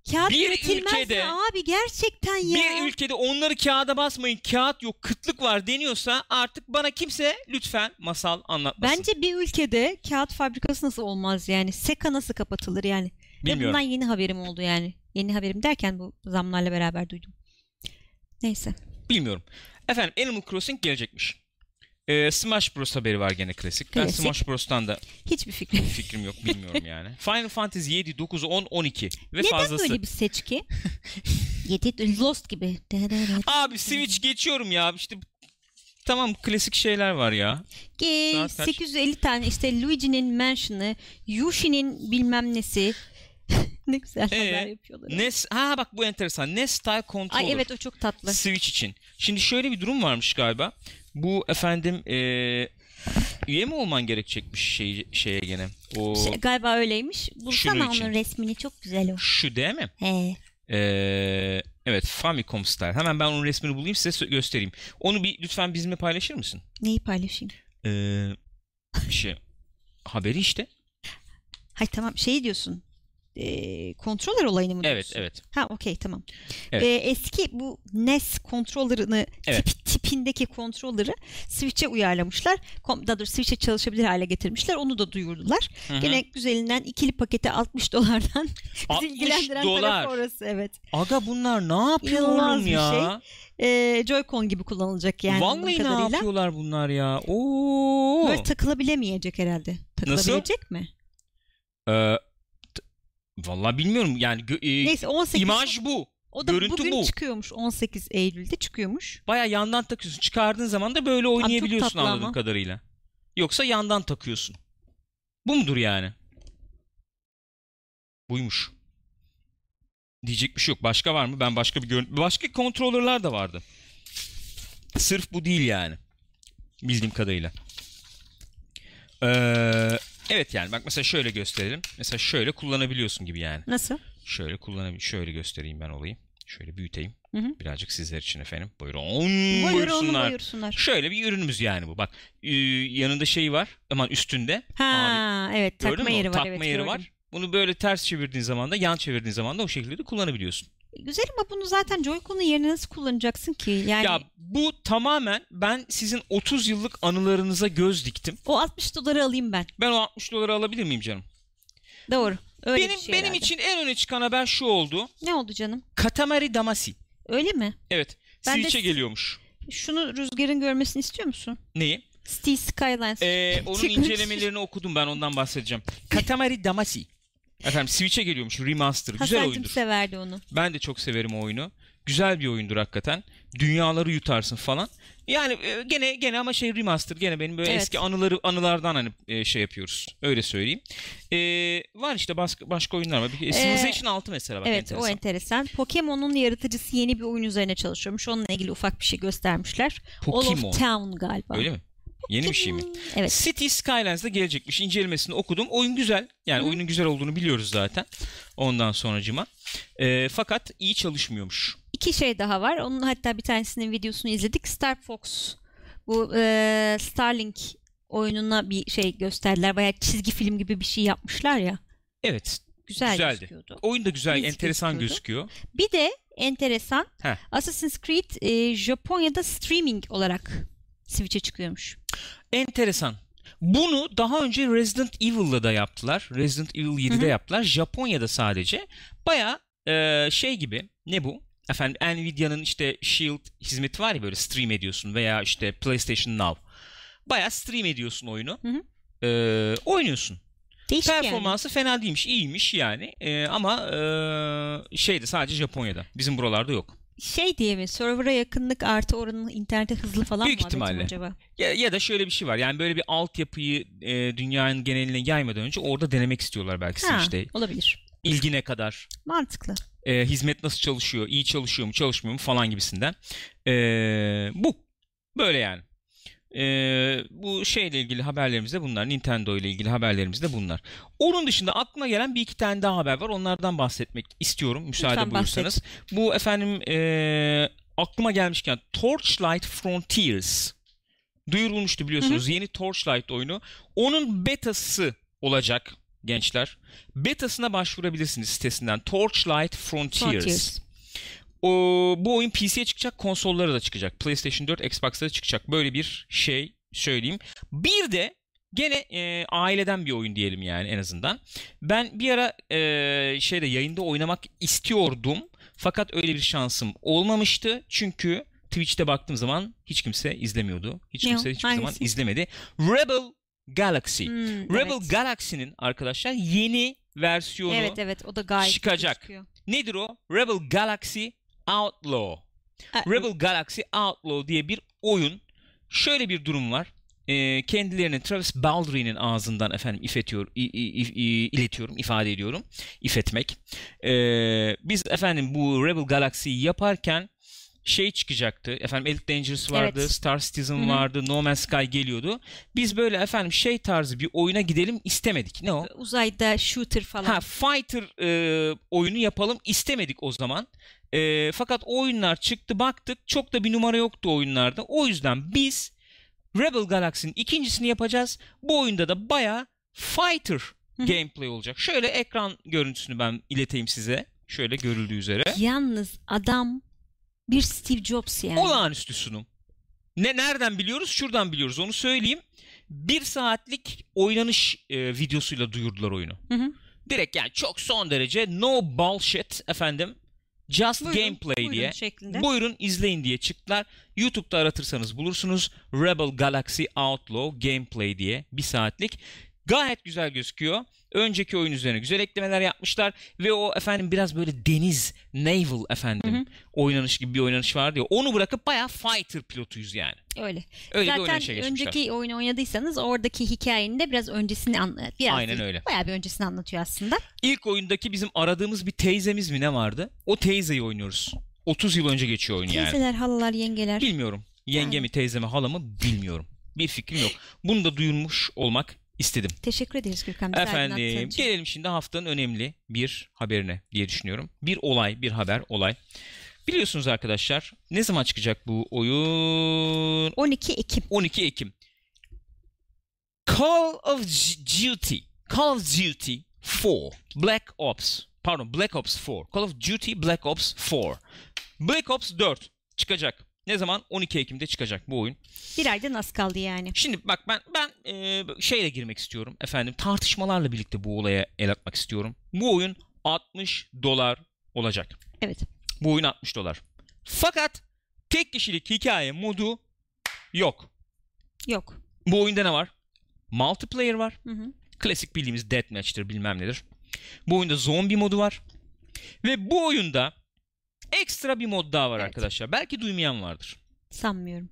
Kağıt Bir üretilmez mi ülkede- abi gerçekten ya. Bir ülkede onları kağıda basmayın, kağıt yok, kıtlık var deniyorsa artık bana kimse lütfen masal anlatmasın. Bence bir ülkede kağıt fabrikası nasıl olmaz yani? Seka nasıl kapatılır yani? Ve Bilmiyorum. bundan yeni haberim oldu yani. Yeni haberim derken bu zamlarla beraber duydum. Neyse. Bilmiyorum. Efendim Animal Crossing gelecekmiş. Ee, Smash Bros haberi var gene klasik. Ben Klasik. Smash Bros'tan da Hiçbir fikrim. fikrim yok, bilmiyorum yani. Final Fantasy yedi, dokuz, on, on iki ve Neden fazlası. böyle bir seçki? yedi Lost gibi. Abi Switch geçiyorum ya. İşte tamam, klasik şeyler var ya. Ge- Saat kaç? sekiz yüz elli tane işte Luigi'nin Mansion'ı, Yoshi'nin bilmem nesi. Ne güzel haber Ee, yapıyorlar. N E S, ha bak bu enteresan. N E S Style Controller. Ay evet, o çok tatlı. Switch için. Şimdi şöyle bir durum varmış galiba. Bu efendim eee üye mi olman gerekecekmiş şey, şeye gene. O Şey, galiba öyleymiş. Şunu Bulsana için. onun resmini, çok güzel o. şu değil mi? He. Eee, evet, Famicom Style. Hemen ben onun resmini bulayım, size sö- göstereyim. Onu bir lütfen bizimle paylaşır mısın? Neyi paylaşayım? Eee bir şey. Haberi işte. Hay tamam, şey diyorsun. E, controller olayını mı Evet, diyorsun? evet. Ha okey, tamam. Evet. E, eski bu N E S controller'ını Evet. tip, tipindeki controller'ı Switch'e uyarlamışlar. Kom- Daha doğrusu Switch'e çalışabilir hale getirmişler. Onu da duyurdular. Hı hı. Gene güzelinden ikili pakete altmış dolardan. Bizi altmış ilgilendiren dolar. tarafı orası, evet. Aga bunlar ne yapıyor İnanılmaz oğlum bir ya? E, Joy-Con gibi kullanılacak yani. Vallahi anladığım ne kadarıyla. yapıyorlar bunlar ya? Oo. Böyle takılabilemeyecek herhalde. Takılabilecek mi? Eee, t- vallahi bilmiyorum yani gö- e, Neyse on sekiz. imaj bu. O da görüntü bugün bu. çıkıyormuş. on sekiz Eylül'de çıkıyormuş. Baya yandan takıyorsun. Çıkardığın zaman da böyle oynayabiliyorsun tatlı anladığım ama. kadarıyla. Yoksa yandan takıyorsun. Bu mudur yani? Buymuş. Diyecek bir şey yok. Başka var mı? Ben başka bir görüntü... Başka kontrolörler de vardı. Sırf bu değil yani. Bildiğim kadarıyla. Ee, evet yani bak mesela şöyle gösterelim. Mesela şöyle kullanabiliyorsun gibi yani. Nasıl? Şöyle kullanabilir. Şöyle göstereyim ben olayı. Şöyle büyüteyim. Hı hı. Birazcık sizler için efendim. Buyurun. Buyur Buyursunlar. onu buyursunlar. Şöyle bir ürünümüz yani bu. Bak ee, yanında şeyi var. Aman üstünde. Ha Abi, evet, gördün takma mü? yeri var. Takma evet, yeri gördüm. var. Bunu böyle ters çevirdiğin zaman da, yan çevirdiğin zaman da o şekilde de kullanabiliyorsun. Güzel ama bunu zaten Joy-Con'un yerine nasıl kullanacaksın ki? Yani Ya bu tamamen ben sizin otuz yıllık anılarınıza göz diktim. o altmış doları alayım ben. Ben o altmış doları alabilir miyim canım? Doğru. Öyle benim bir şey benim herhalde. için en öne çıkan haber şu oldu. Ne oldu canım? Katamari Damacy. Öyle mi? Evet. Ben de Switch'e s- geliyormuş. Şunu Rüzgar'ın görmesini istiyor musun? Neyi? Steel Skylines. Ee, onun Çıkmış. incelemelerini okudum, ben ondan bahsedeceğim. Katamari Damacy. Efendim Switch'e geliyormuş remaster. Güzel Hasan'cım oyundur. severdi onu. Ben de çok severim o oyunu. Güzel bir oyundur hakikaten. Dünyaları yutarsın falan. Yani e, gene gene ama şey remaster, gene benim böyle Evet. eski anıları anılardan hani e, şey yapıyoruz. Öyle söyleyeyim. E, var işte başka başka oyunlar var. Bir, Civilization altı mesela bak, Evet, enteresan. o enteresan. Pokemon'un yaratıcısı yeni bir oyun üzerine çalışıyormuş. Onunla ilgili ufak bir şey göstermişler. All Pokemon. of Town galiba. Öyle mi? Yeni bir şey mi? Evet. City Skylines'da gelecekmiş. İncelemesini okudum. Oyun güzel. Yani Hı. oyunun güzel olduğunu biliyoruz zaten. Ondan sonracıma. E, fakat iyi çalışmıyormuş. İki şey daha var. Onun hatta bir tanesinin videosunu izledik. Star Fox. Bu e, Starlink oyununa bir şey gösterdiler. Bayağı çizgi film gibi bir şey yapmışlar ya. Evet. Güzel Güzeldi. gözüküyordu. Oyun da güzel, İyi enteresan gözüküyordu. gözüküyor. Bir de enteresan, Heh. Assassin's Creed e, Japonya'da streaming olarak Switch'e çıkıyormuş. Enteresan. Bunu daha önce Resident Evil'la da yaptılar. Resident Evil yedide Hı hı. yaptılar. Japonya'da sadece. Baya e, şey gibi. Ne bu? Efendim Nvidia'nın işte Shield hizmeti var ya, böyle stream ediyorsun veya işte PlayStation Now. Baya stream ediyorsun oyunu. Hı hı. E, oynuyorsun. Değişik yani. Performansı fena değilmiş, iyiymiş yani. E, ama e, şeyde sadece Japonya'da. Bizim buralarda yok. Şey diye mi? Server'a yakınlık artı oranın internete hızlı falan Büyük mı ihtimalle. acaba? Ya, ya da şöyle bir şey var. Yani böyle bir altyapıyı e, dünyanın geneline yaymadan önce orada denemek istiyorlar belki Ha, işte. olabilir. İlgi ne kadar? Mantıklı. E, hizmet nasıl çalışıyor? İyi çalışıyor mu? Çalışmıyor mu? Falan gibisinden. E, bu. Böyle yani. E, bu şeyle ilgili haberlerimiz de bunlar. Nintendo ile ilgili haberlerimiz de bunlar. Onun dışında aklıma gelen bir iki tane daha haber var. Onlardan bahsetmek istiyorum. Müsaade Lütfen buyursanız. Bu efendim e, aklıma gelmişken Torchlight Frontiers duyurulmuştu biliyorsunuz. Yeni Torchlight oyunu. Onun betası olacak gençler. Betasına başvurabilirsiniz sitesinden. Torchlight Frontiers. Frontiers. O, bu oyun P C'ye çıkacak, konsollara da çıkacak. PlayStation dört, Xbox'ta da çıkacak. Böyle bir şey söyleyeyim. Bir de gene e, aileden bir oyun diyelim yani en azından. Ben bir ara e, şeyde yayında oynamak istiyordum. Fakat öyle bir şansım olmamıştı. Çünkü Twitch'te baktığım zaman hiç kimse izlemiyordu. Hiç Ne kimse o? hiçbir zaman Hangisi? izlemedi. Rebel Galaxy. Hmm, Rebel evet. Galaxy'nin arkadaşlar yeni versiyonu Evet evet o da gayet çıkacak. çıkıyor. Nedir o? Rebel Galaxy Outlaw. Ha, Rebel Galaxy Outlaw diye bir oyun. Şöyle bir durum var. E, kendilerini Travis Baldrig'in ağzından efendim ifetiyor, i, i, i, iletiyorum, ifade ediyorum. İfetmek. E, biz efendim bu Rebel Galaxy'yi yaparken şey çıkacaktı. Efendim Elite Dangerous vardı, Evet. Star Citizen Hı-hı. vardı, No Man's Sky geliyordu. Biz böyle efendim şey tarzı bir oyuna gidelim istemedik. Ne o? Uzayda shooter falan. Ha, fighter e, oyunu yapalım istemedik o zaman. E, fakat o oyunlar çıktı, baktık çok da bir numara yoktu oyunlarda. O yüzden biz Rebel Galaxy'nin ikincisini yapacağız. Bu oyunda da bayağı fighter gameplay olacak. Şöyle ekran görüntüsünü ben ileteyim size. Şöyle görüldüğü üzere. Yalnız adam bir Steve Jobs yani. Olağanüstü sunum. Ne nereden biliyoruz? Şuradan biliyoruz. Onu söyleyeyim. Bir saatlik oynanış e, videosuyla duyurdular oyunu. Hı hı. Direkt yani çok son derece no bullshit efendim. Just Buyurun, gameplay buyurun diye. şeklinde. Buyurun izleyin diye çıktılar. YouTube'da aratırsanız bulursunuz. Rebel Galaxy Outlaw Gameplay diye bir saatlik. Gayet güzel gözüküyor. Önceki oyun üzerine güzel eklemeler yapmışlar. Ve o efendim biraz böyle deniz, naval efendim Hı hı. oynanış gibi bir oynanış vardı ya. Onu bırakıp bayağı fighter pilotuyuz yani. Öyle. Öyle bir oynanışa Zaten geçmişler. önceki oyunu oynadıysanız oradaki hikayenin de biraz öncesini anlatıyor. Biraz Aynen değil, öyle. Bayağı bir öncesini anlatıyor aslında. İlk oyundaki bizim aradığımız bir teyzemiz mi ne vardı? O teyzeyi oynuyoruz. otuz yıl önce geçiyor oyun yani. Teyzeler, halalar, yengeler. Bilmiyorum. Yenge Yani. mi teyze mi hala mı bilmiyorum. Bir fikrim yok. Bunu da duyurmuş olmak istedim. Teşekkür ederiz Gürkan. bizi aydınlattığın Efendim için. gelelim şimdi haftanın önemli bir haberine diye düşünüyorum. Bir olay, bir haber, olay. Biliyorsunuz arkadaşlar ne zaman çıkacak bu oyun? on iki Ekim. on iki Ekim. Call of Duty. Call of Duty four. Black Ops. Pardon Black Ops four. Call of Duty Black Ops four. Black Ops dört çıkacak. Ne zaman? on iki Ekim'de çıkacak bu oyun. Bir ayda nasıl kaldı yani? Şimdi bak ben ben e, şeyle girmek istiyorum efendim. Tartışmalarla birlikte bu olaya el atmak istiyorum. Bu oyun altmış dolar olacak. Evet. Bu oyun altmış dolar. Fakat tek kişilik hikaye modu yok. Yok. Bu oyunda ne var? Multiplayer var. Hı hı. Klasik bildiğimiz deathmatch'tir bilmem nedir. Bu oyunda zombi modu var. Ve bu oyunda ekstra bir mod daha var Evet. arkadaşlar. Belki duymayan vardır. Sanmıyorum.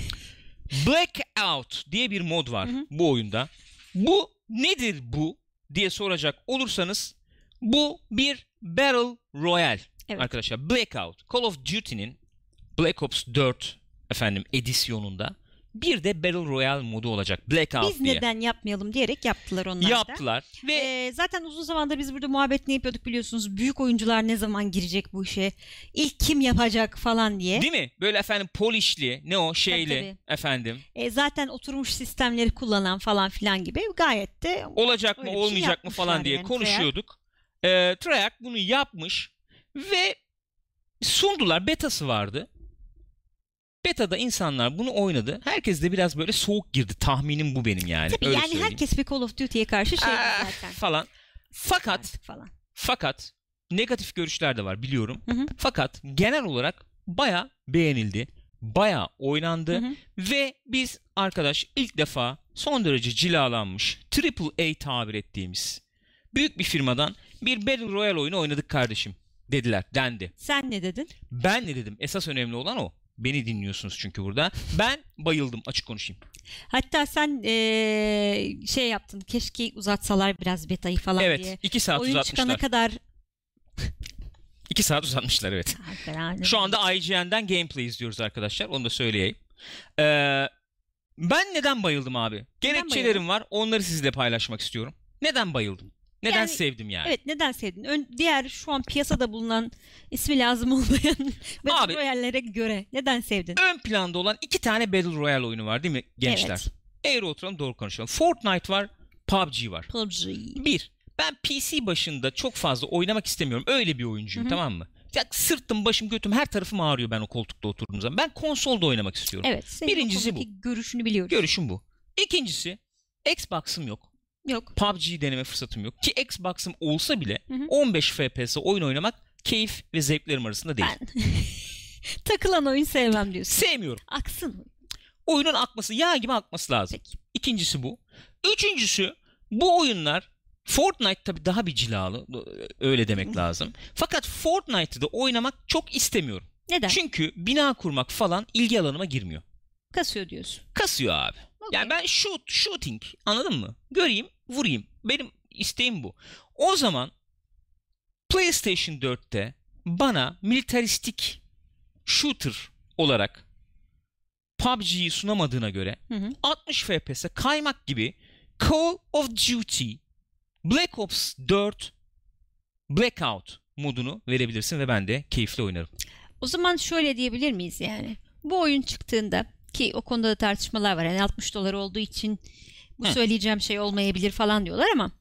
Blackout diye bir mod var Hı hı. bu oyunda. Bu nedir bu diye soracak olursanız bu bir Battle Royale Evet. arkadaşlar. Blackout. Call of Duty'nin Black Ops dört efendim edisyonunda bir de Battle Royale modu olacak. Blackout Biz diye. neden yapmayalım diyerek yaptılar onlar da. Yaptılar ve Ee, zaten uzun zamandır biz burada muhabbetini yapıyorduk biliyorsunuz. Büyük oyuncular ne zaman girecek bu işe? İlk kim yapacak falan diye. değil mi? Böyle efendim polishli, ne o şeyli Tabii, tabii. efendim. Ee, zaten oturmuş sistemleri kullanan falan filan gibi gayet de Olacak mı öyle bir şey olmayacak mı falan yapmışlar diye yani, konuşuyorduk. Ee, Treyarch bunu yapmış ve sundular. Betası vardı. Beta'da insanlar bunu oynadı. Herkes de biraz böyle soğuk girdi. Tahminim bu benim yani. tabii Öyle yani söyleyeyim. herkes bir Call of Duty'ye karşı şey Ah, zaten. falan. Fakat Artık falan. fakat negatif görüşler de var biliyorum. Hı hı. Fakat genel olarak baya beğenildi. Baya oynandı. Hı hı. Ve biz arkadaş ilk defa son derece cilalanmış Triple A tabir ettiğimiz büyük bir firmadan bir Battle Royale oyunu oynadık kardeşim dediler, dendi. Sen ne dedin? Ben ne dedim? Esas önemli olan o. Beni dinliyorsunuz çünkü burada. Ben bayıldım, açık konuşayım. Hatta sen ee, şey yaptın. Keşke uzatsalar biraz betayı falan Evet, diye. iki saat Oyun uzatmışlar. çıkana kadar iki saat uzatmışlar evet. Hakikaten. Şu anda I G N'den gameplay izliyoruz arkadaşlar. Onu da söyleyeyim. Ee, ben neden bayıldım abi? Gerekçelerim bayıldın? var. Onları sizinle paylaşmak istiyorum. Neden bayıldım? Neden Yani, sevdim yani? Evet neden sevdin? Ön, diğer şu an piyasada bulunan ismi lazım olmayan Battle Abi- Royale'lere göre neden sevdin? Ön planda olan iki tane Battle Royale oyunu var değil mi gençler? Evet. Eğri oturalım doğru konuşalım. Fortnite var, P U B G var. P U B G. Bir, ben P C başında çok fazla oynamak istemiyorum. Öyle bir oyuncuyum, Hı hı. tamam mı? Ya sırtım, başım, götüm, her tarafım ağrıyor ben o koltukta oturduğum zaman. Ben konsolda oynamak istiyorum. Evet. Senin Birincisi o konudaki görüşünü biliyoruz. Görüşüm bu. İkincisi, Xbox'ım yok. Yok. P U B G deneme fırsatım yok. Ki Xbox'ım olsa bile Hı hı. on beş F P S oyun oynamak keyif ve zevklerim arasında değil. Ben takılan oyun sevmem diyorsun. Sevmiyorum. Aksın. Oyunun akması, yağ gibi akması lazım. Peki. İkincisi bu. Üçüncüsü, bu oyunlar Fortnite tabii daha bir cilalı, öyle demek lazım. Fakat Fortnite'ı da oynamak çok istemiyorum. Neden? Çünkü bina kurmak falan ilgi alanıma girmiyor. Kasıyor diyorsun. Kasıyor abi. Okay. Yani ben shoot, shooting, anladın mı? Göreyim, vurayım. Benim isteğim bu. O zaman PlayStation dörtte bana militaristik shooter olarak P U B G'yi sunamadığına göre Hı hı. altmış F P S kaymak gibi Call of Duty Black Ops dört Blackout modunu verebilirsin ve ben de keyifli oynarım. O zaman şöyle diyebilir miyiz yani? Bu oyun çıktığında, ki o konuda da tartışmalar var. Yani altmış dolar olduğu için bu Hı. söyleyeceğim şey olmayabilir falan diyorlar ama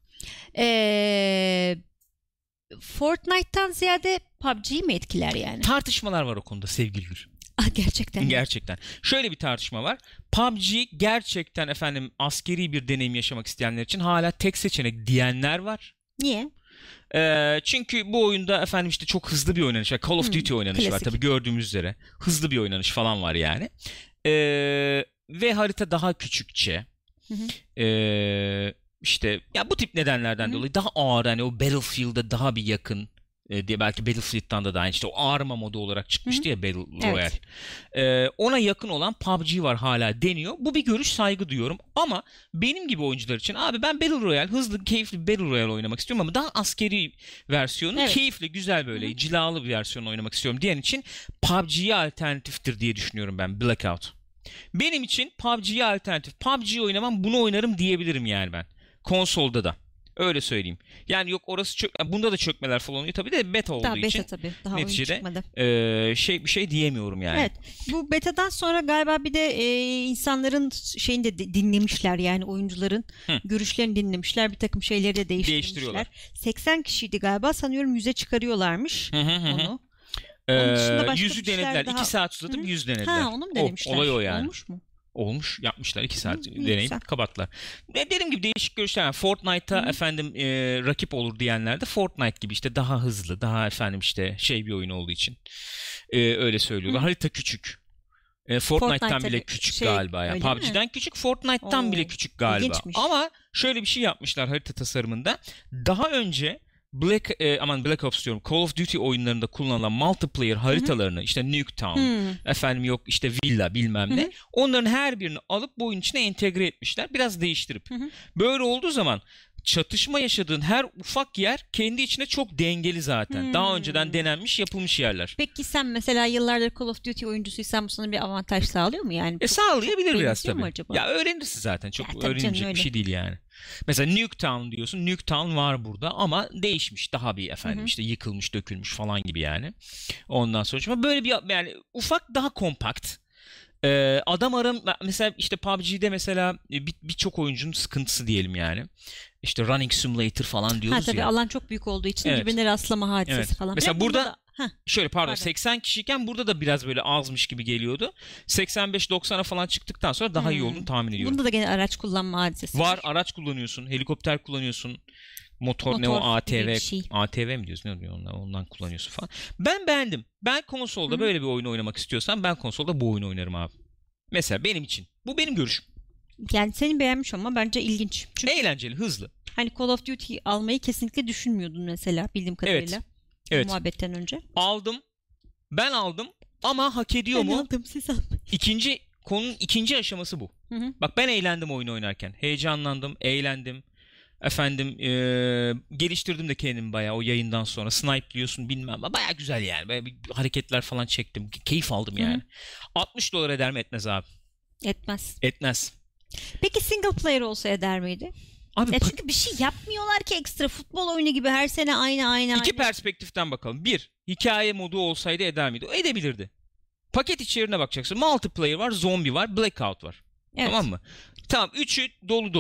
ee, Fortnite'tan ziyade P U B G'yi mi etkiler yani? Tartışmalar var o konuda sevgili Gül. Ah, gerçekten. Gerçekten. Şöyle bir tartışma var. P U B G gerçekten efendim askeri bir deneyim yaşamak isteyenler için hala tek seçenek diyenler var. Niye? Ee, çünkü bu oyunda efendim işte çok hızlı bir oynanış var. Call of Hmm, Duty oynanış var klasik. tabii, gördüğümüz üzere. Hızlı bir oynanış falan var yani. Ee, ve harita daha küçükçe. Hı hı. Ee, işte ya bu tip nedenlerden Hı hı. dolayı daha ağır, hani o Battlefield'a daha bir yakın e, diye, belki Battlefield'dan da daha aynı, işte o ağırma modu olarak çıkmıştı Hı hı. ya Battle Evet. Royale. Ee, ona yakın olan P U B G var hala deniyor. Bu bir görüş, saygı duyuyorum ama benim gibi oyuncular için abi ben Battle Royale, hızlı keyifli bir Battle Royale oynamak istiyorum ama daha askeri versiyonu, Evet. keyifli, güzel, böyle Hı hı. cilalı bir versiyonu oynamak istiyorum diyen için P U B G'ye alternatiftir diye düşünüyorum ben Blackout. Benim için P U B G'ye alternatif. P U B G oynamam, bunu oynarım diyebilirim yani ben. Konsolda da. Öyle söyleyeyim. Yani yok orası çök... Bunda da çökmeler falan oluyor tabii de beta olduğu Daha beta için. tabii. Daha oyun neticede çıkmadı. Ee, şey bir şey diyemiyorum yani. Evet. Bu betadan sonra galiba bir de e, insanların şeyini de di- dinlemişler, yani oyuncuların Hı. görüşlerini dinlemişler. Bir takım şeyleri de değiştirmişler. Değiştiriyorlar. seksen kişiydi galiba, sanıyorum yüze çıkarıyorlarmış Hı hı hı hı. onu. Ee, Onun dışında başka yüzü bir şeyler denediler. daha- iki saat uzatıp Hı hı. yüz denediler. Ha, onu mu O, denemişler? olay o yani. Olmuş mu? Olmuş, yapmışlar. iki saat Hı, iyi, deneyip güzel. kapattılar. Ne dediğim gibi değişik görüşler. Yani Fortnite'a Hı hı. efendim e, rakip olur diyenler de Fortnite gibi işte daha hızlı, daha efendim işte şey bir oyun olduğu için e, öyle söylüyorlar. Hı. Harita küçük. E, Fortnite'tan Fortnite bile tabii küçük şey, galiba ya. öyle P U mi? B G'den küçük, Fortnite'tan Oo, bile küçük galiba. ilginçmiş. Ama şöyle bir şey yapmışlar harita tasarımında. Daha önce Black e, aman Black Ops diyorum. Call of Duty oyunlarında kullanılan multiplayer haritalarını, işte Nuketown, Hı. efendim yok işte villa bilmem ne. Hı hı. Onların her birini alıp bu oyun içine entegre etmişler. Biraz değiştirip. Hı hı. Böyle olduğu zaman çatışma yaşadığın her ufak yer kendi içine çok dengeli zaten. Hmm. Daha önceden denenmiş, yapılmış yerler. Peki sen mesela yıllardır Call of Duty oyuncusuysan bu sana bir avantaj sağlıyor mu yani? E Çok- sağlayabilir çok biraz benziyor mu tabii. acaba? Ya öğrenirsin zaten. Çok Ya tabii öğrenilecek canım, bir öyle. şey değil yani. Mesela Nuketown diyorsun. Nuketown var burada ama değişmiş. Daha bir efendim Hı hı. işte yıkılmış, dökülmüş falan gibi yani. Ondan sonra böyle bir yani ufak, daha kompakt. Ee, adam aram mesela işte P U B G'de mesela bir- birçok oyuncunun sıkıntısı diyelim yani. İşte Running Simulator falan Ha diyoruz tabii, ya. alan çok büyük olduğu için Evet. birbirine rastlama hadisesi Evet. falan. Mesela Ve burada- da- Heh, Şöyle pardon, Pardon. seksen kişiyken burada da biraz böyle azmış gibi geliyordu. seksen beş doksana falan çıktıktan sonra daha iyi Hmm. olduğunu tahmin ediyorum. bunda da gene araç kullanma hadisesi Var, araç kullanıyorsun, helikopter kullanıyorsun. Motor, ne o Motor A T gibi V bir şey. A T V mi diyorsun, ne diyor onlar, ondan kullanıyorsun falan. Ben beğendim. Ben konsolda Hı. böyle bir oyun oynamak istiyorsam ben konsolda bu oyunu oynarım abi. Mesela benim için. Bu benim görüşüm. Yani seni beğenmiş ama bence ilginç. Çünkü Eğlenceli, hızlı. hani Call of Duty almayı kesinlikle düşünmüyordun mesela, bildiğim kadarıyla. Bu Evet. muhabbetten önce. Aldım. Ben aldım ama hak ediyor Ben mu? aldım, siz almayın. İkinci konunun ikinci aşaması bu. Hı hı. Bak ben eğlendim oyun oynarken. Heyecanlandım, eğlendim. Efendim eee, geliştirdim de kendimi bayağı o yayından sonra. Snipe'liyorsun bilmem. Bayağı güzel yani. Bayağı bir hareketler falan çektim. Keyif aldım Hı hı. yani. altmış dolar eder mi? Etmez abi. Etmez. Etmez. Peki single player olsa eder miydi? Abi Ya pa- çünkü bir şey yapmıyorlar ki ekstra, futbol oyunu gibi her sene aynı aynı iki aynı. perspektiften bakalım. Bir, hikaye modu olsaydı eder miydi? O edebilirdi. Paket içeriğine bakacaksın. Multiplayer var, zombi var, blackout var. Evet. Tamam mı? Tamam, üçü dolu dolu.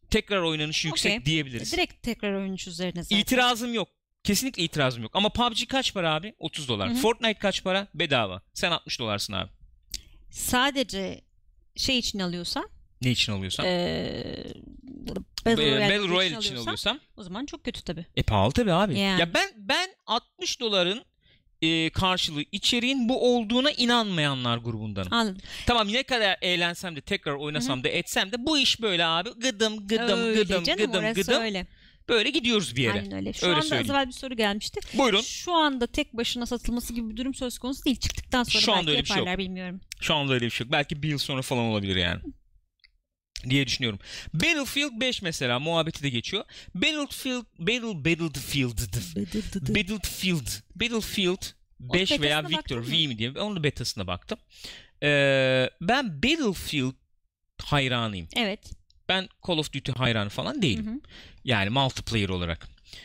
tekrar oynanışı yüksek Okay. diyebiliriz. Direkt tekrar oyuncu üzerine zaten. İtirazım yok. Kesinlikle itirazım yok. Ama P U B G kaç para abi? otuz dolar. Hı hı. Fortnite kaç para? Bedava. Sen altmış dolarsın abi. Sadece şey için alıyorsan, Ne için alıyorsan? Ee, Battle Battle Royale, Royale, Royale için alıyorsan, alıyorsam. o zaman çok kötü tabii. E pahalı tabii abi. Yani. Ya ben ben altmış doların e, karşılığı içeriğin bu olduğuna inanmayanlar grubundanım. Anladım. Tamam, ne kadar eğlensem de tekrar oynasam Hı hı. da etsem de bu iş böyle abi. Gıdım gıdım Öyle gıdım canım, gıdım orası gıdım. öyle. Böyle gidiyoruz bir yere. Aynen öyle. Şu Öyle anda söyleyeyim. az evvel bir soru gelmişti. Buyurun. Şu anda tek başına satılması gibi bir durum söz konusu değil. Çıktıktan sonra Şu anda belki öyle bir şey yaparlar, yok. bilmiyorum. Şu anda öyle bir şey yok. Belki bir yıl sonra falan olabilir yani. Diye düşünüyorum. Battlefield beş mesela muhabbeti de geçiyor. Battlefield Battle Battlefield Battlefield Battlefield beş betasına veya baktın Victor mı? V mi diye. Onun da betasına baktım. Ee, ben Battlefield hayranıyım. Evet. Ben Call of Duty hayranı falan değilim. Hı hı. Yani multiplayer olarak.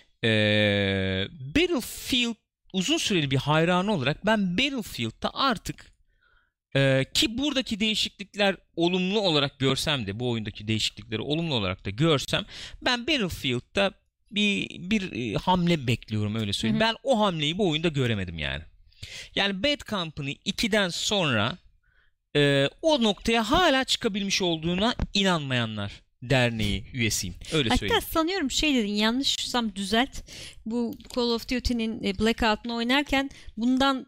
Ee, Battlefield uzun süreli bir hayranı olarak ben Battlefield'da artık e, ki buradaki değişiklikler olumlu olarak görsem de bu oyundaki değişiklikleri olumlu olarak da görsem ben Battlefield'da bir bir e, hamle bekliyorum, öyle söyleyeyim. Hı hı. Ben o hamleyi bu oyunda göremedim yani. Yani Bad Company ikiden sonra e, o noktaya hala çıkabilmiş olduğuna inanmayanlar derneği üyesiyim. Öyle Hatta söyleyeyim. sanıyorum şey dedin, yanlışsam düzelt. Bu Call of Duty'nin e, Blackout'unu oynarken bundan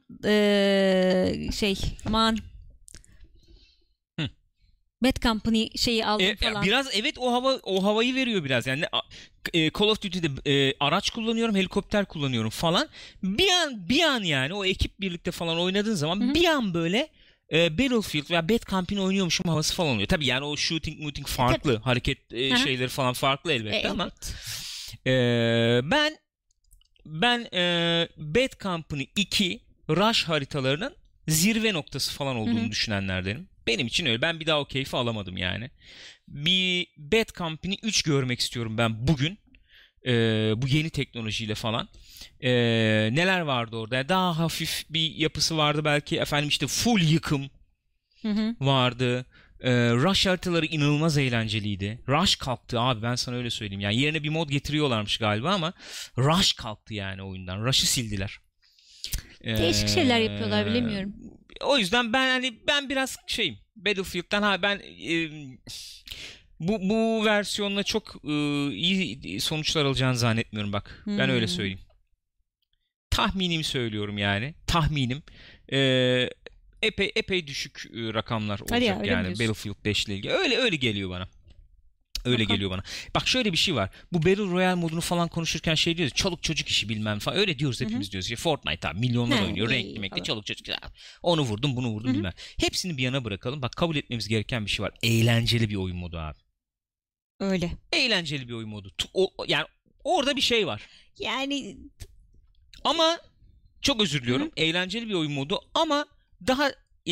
e, şey aman Hı. Bad Company şeyi aldım E, falan. biraz evet, o hava o havayı veriyor biraz. Yani a- e, Call of Duty'de e, araç kullanıyorum, helikopter kullanıyorum falan. Bir an bir an yani o ekip birlikte falan oynadığın zaman Hı hı. bir an böyle e, Battlefield veya Bad Company oynuyormuşum havası falan oluyor. Tabii yani o shooting mooting farklı, hareket e, Hı hı. şeyleri falan farklı elbette E, ama evet. e, ben ben e, Bad Company iki Rush haritalarının zirve noktası falan olduğunu Hı hı. düşünenlerdenim. Benim için öyle. Ben bir daha o keyfi alamadım yani. Bir Bad Company üç görmek istiyorum ben bugün. Ee, bu yeni teknolojiyle falan. Ee, neler vardı orada? Daha hafif bir yapısı vardı belki. Efendim işte full yıkım Hı hı. vardı. Ee, Rush haritaları inanılmaz eğlenceliydi. Rush kalktı abi, ben sana öyle söyleyeyim. Yani yerine bir mod getiriyorlarmış galiba ama Rush kalktı yani oyundan. Rush'ı sildiler. Değişik şeyler yapıyorlar, bilemiyorum. O yüzden ben hani ben biraz şeyim. Battlefield'dan ha ben e, bu bu versiyonla çok e, iyi sonuçlar alacağını zannetmiyorum bak. Hmm. Ben öyle söyleyeyim. Tahminimi söylüyorum yani. Tahminim. E, epey epey düşük e, rakamlar Hadi ya, olacak öyle mi yani diyorsun? Battlefield beş ile ilgili. Öyle öyle geliyor bana. Öyle Bakalım. geliyor bana. Bak şöyle bir şey var. Bu Battle Royale modunu falan konuşurken şey diyoruz. Çoluk çocuk işi bilmem falan. Öyle diyoruz hepimiz, Hı hı. diyoruz. İşte Fortnite abi milyonlar He, oynuyor. iyi, Renkli mekli falan. çoluk çocuk. Ya, onu vurdum bunu vurdum Hı hı. bilmem. Hepsini bir yana bırakalım. Bak kabul etmemiz gereken bir şey var. Eğlenceli bir oyun modu abi. Öyle. Eğlenceli bir oyun modu. Tu- O, yani orada bir şey var. Yani Ama çok özür diliyorum. Eğlenceli bir oyun modu ama daha e,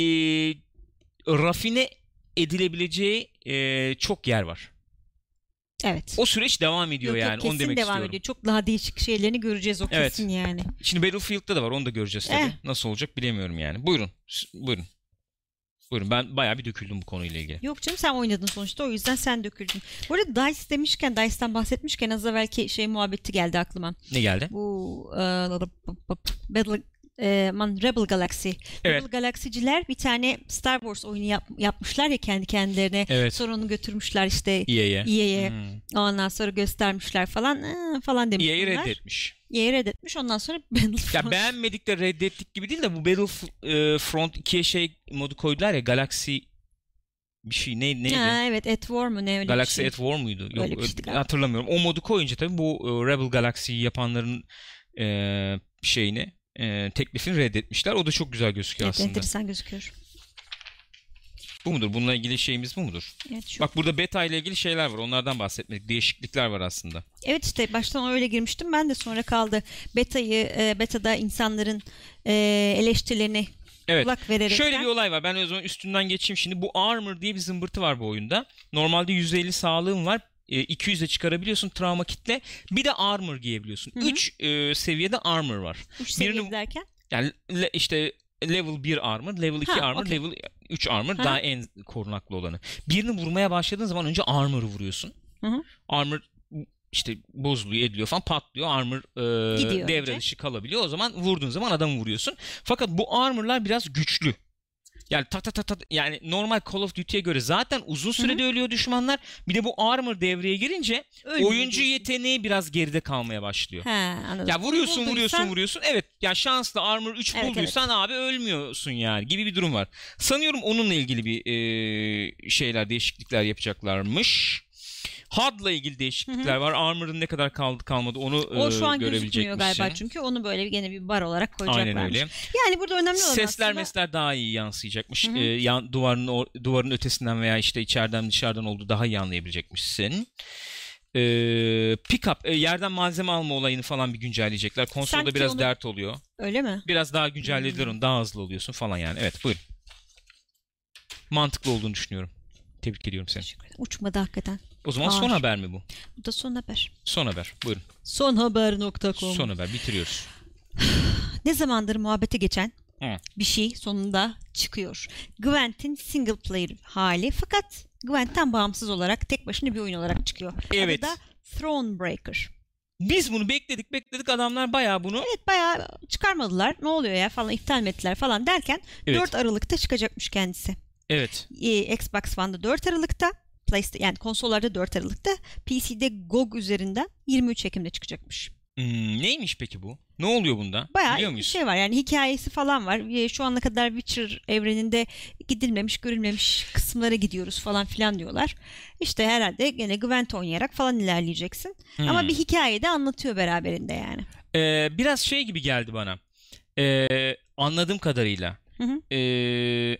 rafine edilebileceği e, çok yer var. evet. O süreç devam ediyor Yok, yok, yani. kesin Onu demek devam istiyorum. ediyor. Çok daha değişik şeylerini göreceğiz, o Evet. kesin yani. Şimdi Battlefield'da da var. Onu da göreceğiz tabii. Eh. Nasıl olacak bilemiyorum yani. Buyurun. S- Buyurun. Buyurun. Ben bayağı bir döküldüm bu konuyla ilgili. Yok canım, sen oynadın sonuçta, o yüzden sen döküldün. Bu arada DICE demişken, DICE'dan bahsetmişken az evvelki şey muhabbeti geldi aklıma. Ne geldi? Bu e, Battle e, man, Rebel Galaxy. Evet. Rebel Galaxy'ciler bir tane Star Wars oyunu yap, yapmışlar ya kendi kendilerine. Evet. Sonra onu götürmüşler işte E A'ye. E A'ye. Hmm. Ondan sonra göstermişler falan ee, falan demiş E A'yi bunlar. reddetmiş. E A'yi reddetmiş. Ondan sonra Battlefront. Ya beğenmedik de reddettik gibi değil de bu Battlefront ikiye şey modu koydular ya, Galaxy bir şey ne, neydi? Ha, evet, at War mu ne, öyle Galaxy bir şey. at War muydu? Yok, Öyle bir şeydi galiba. hatırlamıyorum. O modu koyunca tabii bu e, Rebel Galaxy'yi yapanların e, şeyini e, teklifini reddetmişler. O da çok güzel gözüküyor Evet, aslında. enteresan gözüküyor. Bu mudur? Bununla ilgili şeyimiz bu mudur? Evet, şu. Bak burada beta ile ilgili şeyler var. Onlardan bahsetmedik. Değişiklikler var aslında. Evet, işte baştan öyle girmiştim ben de, sonra kaldı. Beta'yı, e, beta'da insanların e, eleştirilerini Evet. kulak vererek. Şöyle bir olay var. Ben o zaman üstünden geçeyim şimdi. Bu Armor diye bir zımbırtı var bu oyunda. Normalde yüz elli sağlığın var. E, iki yüze çıkarabiliyorsun travma kitle. Bir de Armor giyebiliyorsun. Hı hı. üç e, seviyede Armor var. Üç seviye Birini- derken? Yani le- işte level bir armor, level iki Ha, armor, okey. level üç armor Ha. daha en korunaklı olanı. Birini vurmaya başladığın zaman önce armor'ı vuruyorsun. Hı hı. Armor işte bozuluyor, ediliyor falan, patlıyor. Armor e, Gidiyor devre önce. dışı kalabiliyor. O zaman vurduğun zaman adamı vuruyorsun. Fakat bu armor'lar biraz güçlü. Yani tak tak tak tak, yani normal Call of Duty'ye göre zaten uzun sürede Hı hı. ölüyor düşmanlar. Bir de bu armor devreye girince Ölmüyor oyuncu diyorsun. yeteneği biraz geride kalmaya başlıyor. He, anladım. Ya vuruyorsun Bulduysan- vuruyorsun vuruyorsun. Evet ya, şanslı armor üç Evet, bulduysan abi ölmüyorsun yani gibi bir durum var. Sanıyorum onunla ilgili bir e, şeyler, değişiklikler yapacaklarmış. H U D'la ilgili değişiklikler Hı hı. var. Armor'ın ne kadar kaldı kalmadı onu O şu an e, gözükmüyor görebilecekmişsin. galiba, çünkü onu böyle gene bir bar olarak koyacaklarmış. Aynen öyle. Yani burada önemli olan Sesler aslında... mesler daha iyi yansıyacakmış. Hı hı. Ee, yan, duvarın or- duvarın ötesinden veya işte içeriden dışarıdan olduğu daha iyi anlayabilecekmişsin. Ee, pick-up, e, yerden malzeme alma olayını falan bir güncelleyecekler. Konsolda Sanki biraz onu- dert oluyor. Öyle mi? Biraz daha güncellediler Hmm. onu. Daha hızlı oluyorsun falan yani. Evet, buyurun. Mantıklı olduğunu düşünüyorum. Tebrik ediyorum seni. Teşekkür ederim. Uçmadı hakikaten. O zaman son Ağır. haber mi bu? Bu da son haber. Son haber. Buyurun. sonhaber nokta com. Son haber. Bitiriyoruz. Ne zamandır muhabbete geçen Hı. bir şey sonunda çıkıyor. Gwent'in single player hali, fakat Gwent'ten bağımsız olarak tek başına bir oyun olarak çıkıyor. Evet. Adı da Thronebreaker. Biz bunu bekledik bekledik. Adamlar bayağı bunu... Evet, bayağı çıkarmadılar. Ne oluyor ya falan, iptal mi ettiler falan derken Evet. dört Aralık'ta çıkacakmış kendisi. Evet. Ee, Xbox One'da dört Aralık'ta, PlayStation yani konsollarda dört Aralık'ta, P C'de G O G üzerinden yirmi üç Ekim'de çıkacakmış. Hmm, neymiş peki bu? Ne oluyor bunda? Biliyor Bayağı bir muyuz? şey var yani, hikayesi falan var. Ee, Şu ana kadar Witcher evreninde gidilmemiş, görülmemiş kısımlara gidiyoruz falan filan diyorlar. İşte herhalde gene Gwent oynayarak falan ilerleyeceksin. Hmm. Ama bir hikaye de anlatıyor beraberinde yani. Ee, biraz şey gibi geldi bana. Ee, anladığım kadarıyla. Hı hı. Ee,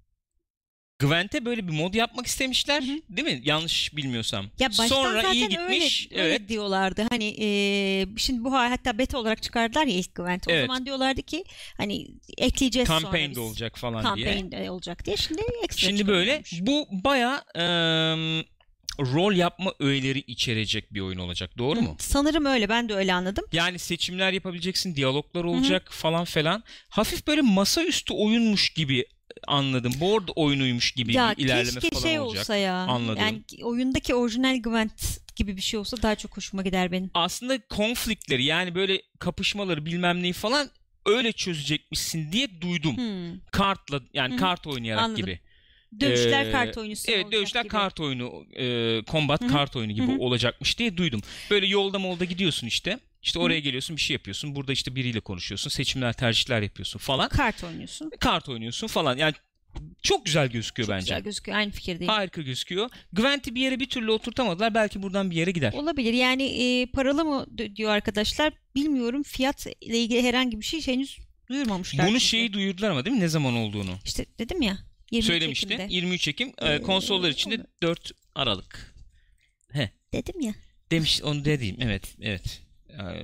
Gwent'e böyle bir mod yapmak istemişler, Hı hı. değil mi? Yanlış bilmiyorsam. Ya baştan Sonra zaten iyi gitmiş. öyle, öyle evet. diyorlardı. Hani e, şimdi bu hatta beta olarak çıkardılar ya ilk Gwent'i. O Evet. zaman diyorlardı ki hani ekleyeceğiz sonra Campaign'de biz. olacak falan diye. Campaign'de olacak diye. Şimdi ekstra Şimdi böyle çıkarıyorlarmış. bu bayağı eee, rol yapma öğeleri içerecek bir oyun olacak. Doğru Hı, mu? sanırım öyle. Ben de öyle anladım. Yani seçimler yapabileceksin, diyaloglar olacak falan falan. Hafif böyle masaüstü oyunmuş gibi anladım. Board oyunuymuş gibi Ya bir ilerleme keşke falan şey olacak. olsa ya. Anladım. Yani oyundaki orijinal Gwent gibi bir şey olsa daha çok hoşuma gider benim. Aslında konfliktleri, yani böyle kapışmaları bilmem neyi falan öyle çözecekmişsin diye duydum. Hmm. Kartla yani Hı hı. kart oynayarak Anladım. gibi. Dövüşler Ee, kart oyuncusu Evet, olacak dövüşler gibi. kart oyunu, e, combat Hı hı. kart oyunu gibi Hı hı. olacakmış diye duydum. Böyle yolda molda gidiyorsun işte. İşte Hı. oraya geliyorsun, bir şey yapıyorsun. Burada işte biriyle konuşuyorsun. Seçimler, tercihler yapıyorsun falan. Kart oynuyorsun. Kart oynuyorsun falan. Yani çok güzel gözüküyor Çok bence. güzel gözüküyor. Aynı fikirdeyim. Harika gözüküyor. Gwent'i bir yere bir türlü oturtamadılar. Belki buradan bir yere gider. Olabilir. Yani e, paralı mı d- diyor arkadaşlar. Bilmiyorum. Fiyat ile ilgili herhangi bir şey henüz duyurmamışlar. Bunu çünkü. şeyi duyurdular ama değil mi? Ne zaman olduğunu. İşte dedim ya. yirmi üç Söylemişti. Ekim'de. yirmi üç Ekim. E, Ee, konsollar için de onu- dört Aralık. He. Dedim ya. Demiş, onu dediğim. Evet. Evet. Ee,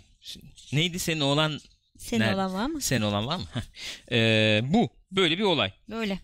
neydi senin oğlan? Senin Nerede? olan var mı? Senin olan var mı? Ee, bu. Böyle bir olay. Böyle.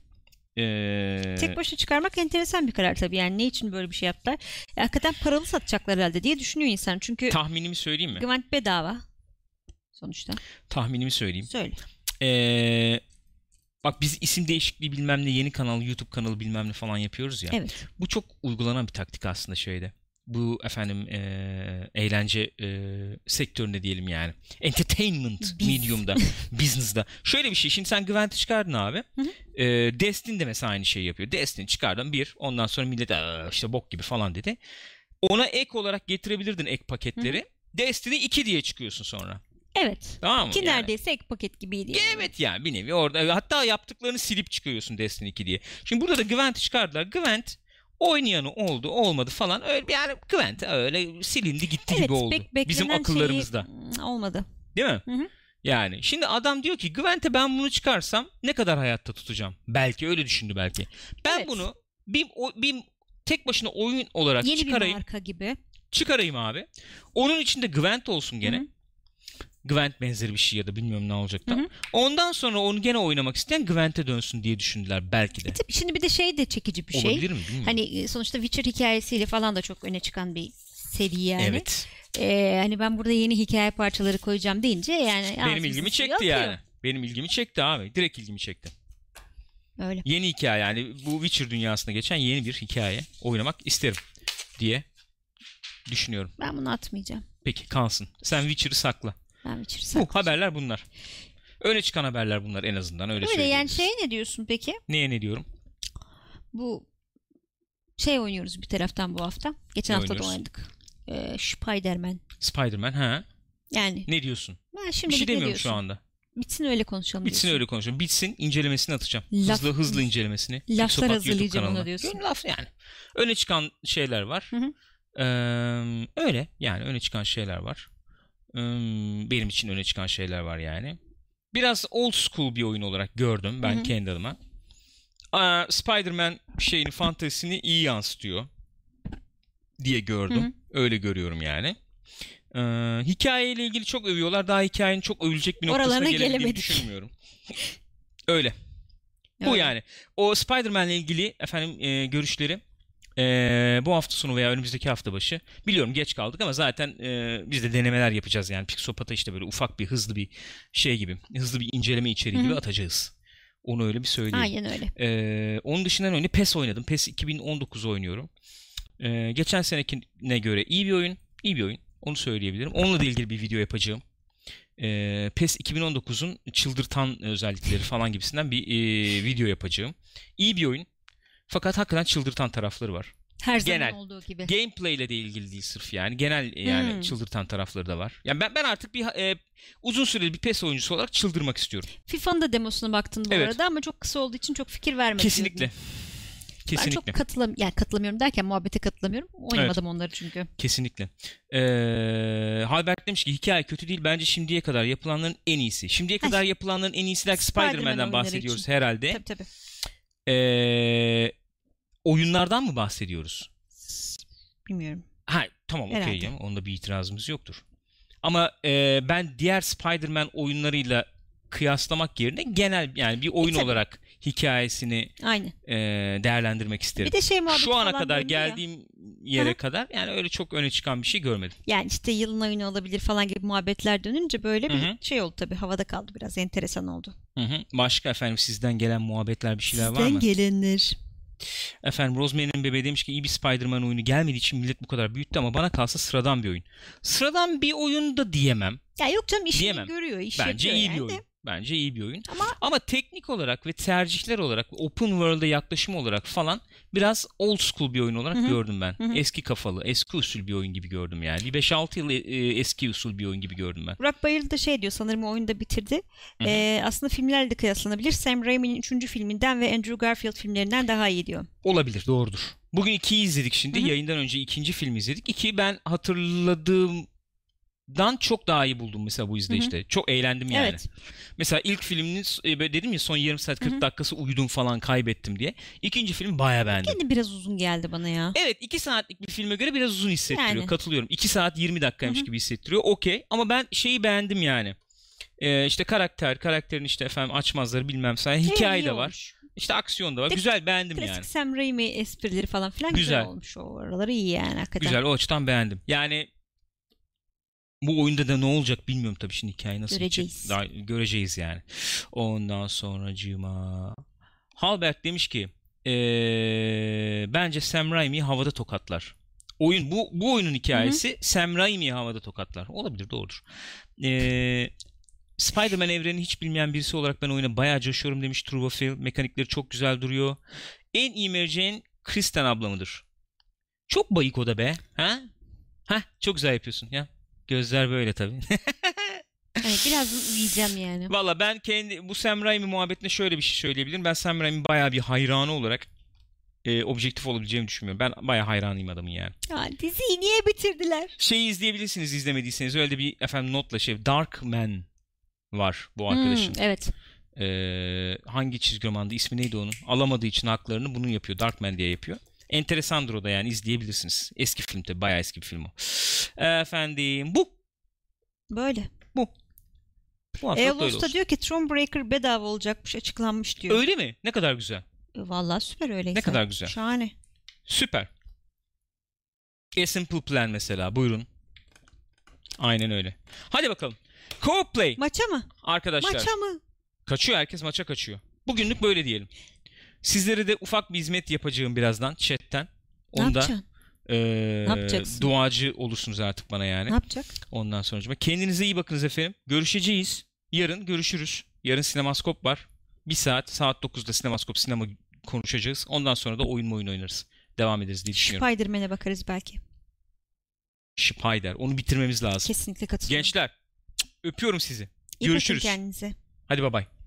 Ee, Tek başına çıkarmak enteresan bir karar tabii. Yani ne için böyle bir şey yaptılar? Ya, hakikaten paralı satacaklar herhalde diye düşünüyor insan. Çünkü tahminimi söyleyeyim mi? Gwent bedava. Sonuçta. Tahminimi söyleyeyim. Söyle. Ee, bak biz isim değişikliği bilmem ne, yeni kanal, YouTube kanalı bilmem ne falan yapıyoruz ya. Evet. Bu çok uygulanan bir taktik aslında şeyde. Bu efendim e, eğlence e, sektöründe diyelim yani. Entertainment Biz. medium'da, business'da. Şöyle bir şey. Şimdi sen Gwent'i çıkardın abi. Hı hı. E, Destiny de mesela aynı şeyi yapıyor. Destiny çıkardın bir. Ondan sonra millet "Aa, işte bok gibi" falan dedi. Ona ek olarak getirebilirdin ek paketleri. Hı hı. Destiny iki diye çıkıyorsun sonra. Evet. Tamam mı? Ki Yani- neredeyse ek paket gibiydi. Yani. Evet yani bir nevi orada. Hatta yaptıklarını silip çıkıyorsun Destiny iki diye. Şimdi burada da Gwent'i çıkardılar. Gwent oynayanı oldu olmadı falan. Öyle yani Gwent öyle silindi gitti Evet, gibi oldu. bek- beklenen Bizim akıllarımızda. şeyi, olmadı. Değil mi? Hı hı. Yani şimdi adam diyor ki Gwent'e ben bunu çıkarsam ne kadar hayatta tutacağım? Belki öyle düşündü belki. Ben Evet. bunu bir, o- bir tek başına oyun olarak Yeni çıkarayım. bir marka gibi. Çıkarayım abi. Onun içinde Gwent olsun gene. Hı hı. Gwent benzeri bir şey ya da bilmiyorum ne olacak da. Hı hı. Ondan sonra onu gene oynamak isteyen Gwent'e dönsün diye düşündüler belki de. E tabii şimdi bir de şey de çekici bir şey. Olabilir mi bilmiyorum. Hani e, sonuçta Witcher hikayesiyle falan da çok öne çıkan bir seri yani. Evet. Ee, hani ben burada yeni hikaye parçaları koyacağım deyince yani Benim ağzımızın ilgimi suyu çekti akıyor. yani. Benim ilgimi çekti abi. Direkt ilgimi çekti. Öyle. Yeni hikaye yani bu Witcher dünyasında geçen yeni bir hikaye oynamak isterim diye düşünüyorum. Ben bunu atmayacağım. Peki kalsın. Sen Witcher'ı sakla. Ben Witcher'ı Bu saklayacağım. haberler bunlar. Öne çıkan haberler bunlar en azından öyle, Öyle yani söyleyebiliriz. şeye ne diyorsun peki? Neye ne diyorum? Bu şey oynuyoruz bir taraftan bu hafta. Geçen Ne hafta da oynuyoruz? oynadık. Ee, Spider-Man. Spider-Man ha? Yani Ne diyorsun? ben Bir şimdilik şey ne demiyorum diyorsun? şu anda. Bitsin öyle konuşalım Bitsin diyorsun. öyle konuşalım. Bitsin incelemesini atacağım. Laf- hızlı hızlı incelemesini. Laflar Pixopat YouTube hazırlayacağım kanalına. ona diyorsun. Laf yani. Öne çıkan şeyler var. Hı hı. Ee, öyle yani öne çıkan şeyler var. Ee, benim için öne çıkan şeyler var yani. Biraz old school bir oyun olarak gördüm ben Hı hı. kendi adıma. Aa, Spider-Man şeyini, fantezisini iyi yansıtıyor diye gördüm. Hı hı. Öyle görüyorum yani. Ee, hikayeyle ilgili çok övüyorlar. Daha hikayenin çok övülecek bir noktasına Oralarına gelebildiğini gelemedik. düşünmüyorum. Öyle. Bu Öyle. yani. O Spider-Man'le ilgili efendim e, görüşleri e, bu hafta sonu veya önümüzdeki hafta başı. Biliyorum geç kaldık ama zaten e, biz de denemeler yapacağız yani. Pixopat'a işte böyle ufak bir hızlı bir şey gibi. Hızlı bir inceleme içeriği Hı hı. gibi atacağız. Onu öyle bir söyleyeyim. Aynen öyle. Ee, onun dışında oyunu PES oynadım. PES iki bin on dokuz oynuyorum. Ee, geçen senekine göre iyi bir oyun. İyi bir oyun. Onu söyleyebilirim. Onunla da ilgili bir video yapacağım. Ee, PES iki bin on dokuzun çıldırtan özellikleri falan gibisinden bir e, video yapacağım. İyi bir oyun. Fakat hakikaten çıldırtan tarafları var. Her Genel. zaman olduğu gibi. Gameplay ile de ilgili değil sırf yani. Genel yani Hmm. çıldırtan tarafları da var. Yani ben ben artık bir e, uzun süreli bir PES oyuncusu olarak çıldırmak istiyorum. FIFA'nın da demosuna baktın bu Evet. arada ama çok kısa olduğu için çok fikir vermedi. Kesinlikle. Ben Kesinlikle. çok katılam yani katılamıyorum derken muhabbete katılamıyorum. Oynamadım onları çünkü. Kesinlikle. Ee, Halberg demiş ki hikaye kötü değil. Bence şimdiye kadar yapılanların en iyisi. Şimdiye Ay. kadar yapılanların en iyisi derken Spider-Man Spider-Man'den oyunları bahsediyoruz için. herhalde. Tabii tabii. Ee, oyunlardan mı bahsediyoruz? Bilmiyorum. Ha tamam okey Herhalde. ya. Onda bir itirazımız yoktur. Ama e, ben diğer Spider-Man oyunlarıyla kıyaslamak yerine genel yani bir oyun E, tabii. olarak hikayesini Aynı. e, değerlendirmek isterim. Bir de şey muhabbeti Şu ana falan kadar döndü ya. geldiğim yere Hı hı. kadar yani öyle çok öne çıkan bir şey görmedim. Yani işte yılın oyunu olabilir falan gibi muhabbetler dönünce böyle bir Hı hı. şey oldu tabii. Havada kaldı biraz. Enteresan oldu. Hı hı. Başka efendim sizden gelen muhabbetler bir şeyler var Sizden mı? gelenler. Efendim Rosemary'nin bebeği demiş ki iyi bir Spider-Man oyunu gelmediği için millet bu kadar büyüttü ama bana kalsa sıradan bir oyun. Sıradan bir oyun da diyemem. Ya yok canım işini Diyemem. görüyor. Iş Bence yapıyor iyi yani bir de. oyun. Bence iyi bir oyun. Ama Ama teknik olarak ve tercihler olarak open world'a yaklaşım olarak falan biraz old school bir oyun olarak Hı hı. gördüm ben. Hı hı. Eski kafalı, eski usul bir oyun gibi gördüm yani. Bir beş altı yıl e, eski usul bir oyun gibi gördüm ben. Burak Bayırlı da şey diyor sanırım o oyunu da bitirdi. Hı hı. Ee, aslında filmlerle de kıyaslanabilir. Sam Raimi'nin üçüncü filminden ve Andrew Garfield filmlerinden daha iyi diyor. Olabilir, doğrudur. Bugün ikiyi izledik şimdi. Hı hı. Yayından önce ikinci filmi izledik. İkiyi ben hatırladığımdan çok daha iyi buldum mesela bu izleyişte. Çok eğlendim yani. Evet. Mesela ilk filminin e, böyle dedim ya son yarım saat kırk Hı hı. dakikası uyudum falan kaybettim diye. İkinci film bayağı beğendim. Gene biraz uzun geldi bana ya. Evet iki saatlik bir filme göre biraz uzun hissettiriyor. Yani. Katılıyorum. iki saat yirmi dakikaymış Hı hı. gibi hissettiriyor. Okey ama ben şeyi beğendim yani. Ee, işte karakter, karakterin işte efendim açmazları bilmem sen. Hikaye iyi de var. olmuş. İşte aksiyon da var. De- Güzel beğendim Klasik yani. Sam Raimi esprileri falan filan güzel, Güzel. olmuş. O araları iyi yani hakikaten. Güzel o açıdan beğendim. Yani bu oyunda da ne olacak bilmiyorum tabii şimdi hikaye nasıl Göreceğiz. gidecek. Daha göreceğiz yani. Ondan sonracığıma Halberg demiş ki ee, bence Sam Raimi'yi havada tokatlar. Oyun bu bu oyunun hikayesi hı hı. Sam Raimi'yi havada tokatlar. Olabilir doğrudur. Eee Spider-Man evrenini hiç bilmeyen birisi olarak ben oyuna bayağı coşuyorum demiş Truva Phil. Mekanikleri çok güzel duruyor. En iyi Mary Jane Kristen ablamıdır. Çok bayık o da be. Ha? Ha? Çok güzel yapıyorsun ya. Gözler böyle tabii. Evet, biraz uyuyacağım yani. Valla ben kendi bu Sam Raimi muhabbetine şöyle bir şey söyleyebilirim. Ben Sam Raimi'nin bayağı bir hayranı olarak e, objektif olabileceğimi düşünmüyorum. Ben bayağı hayranıyım adamın yani. Ya, diziyi niye bitirdiler? Şeyi izleyebilirsiniz izlemediyseniz. Öyle de bir efendim notla şey Darkman var bu arkadaşın. Hmm, evet. Ee, hangi çizgi romanda ismi neydi onun? Alamadığı için haklarını bunu yapıyor. Darkman diye yapıyor. Enteresandır o da yani izleyebilirsiniz. Eski film tabii bayağı eski bir film o. Efendim bu. Böyle. Bu. Bu haftalık böyle Eolus da olsun. diyor ki Thronebreaker bedava olacakmış açıklanmış diyor. Öyle mi? Ne kadar güzel. E, Vallahi süper öyleyse. Ne kadar güzel. Şahane. Süper. A Simple Plan mesela buyurun. Aynen öyle. Hadi bakalım. Co-op Play. Maça mı? Arkadaşlar. Maça mı? Kaçıyor herkes maça kaçıyor. Bugünlük böyle diyelim. Sizlere de ufak bir hizmet yapacağım birazdan chatten. Ne Onu da yapacaksın? Ee, yapacaksın? duacı olursunuz artık bana yani. Ne yapacak? Ondan sonra kendinize iyi bakınız efendim. Görüşeceğiz. Yarın görüşürüz. Yarın Sinemaskop var. Bir saat, saat dokuzda Sinemaskop sinema konuşacağız. Ondan sonra da oyun oyun oynarız. Devam ederiz diye düşünüyorum. Spider-Man'e bakarız belki. Spider. Onu bitirmemiz lazım. Kesinlikle katılıyorum. Gençler öpüyorum sizi. İyi Görüşürüz. bakın kendinize. Hadi bay bay.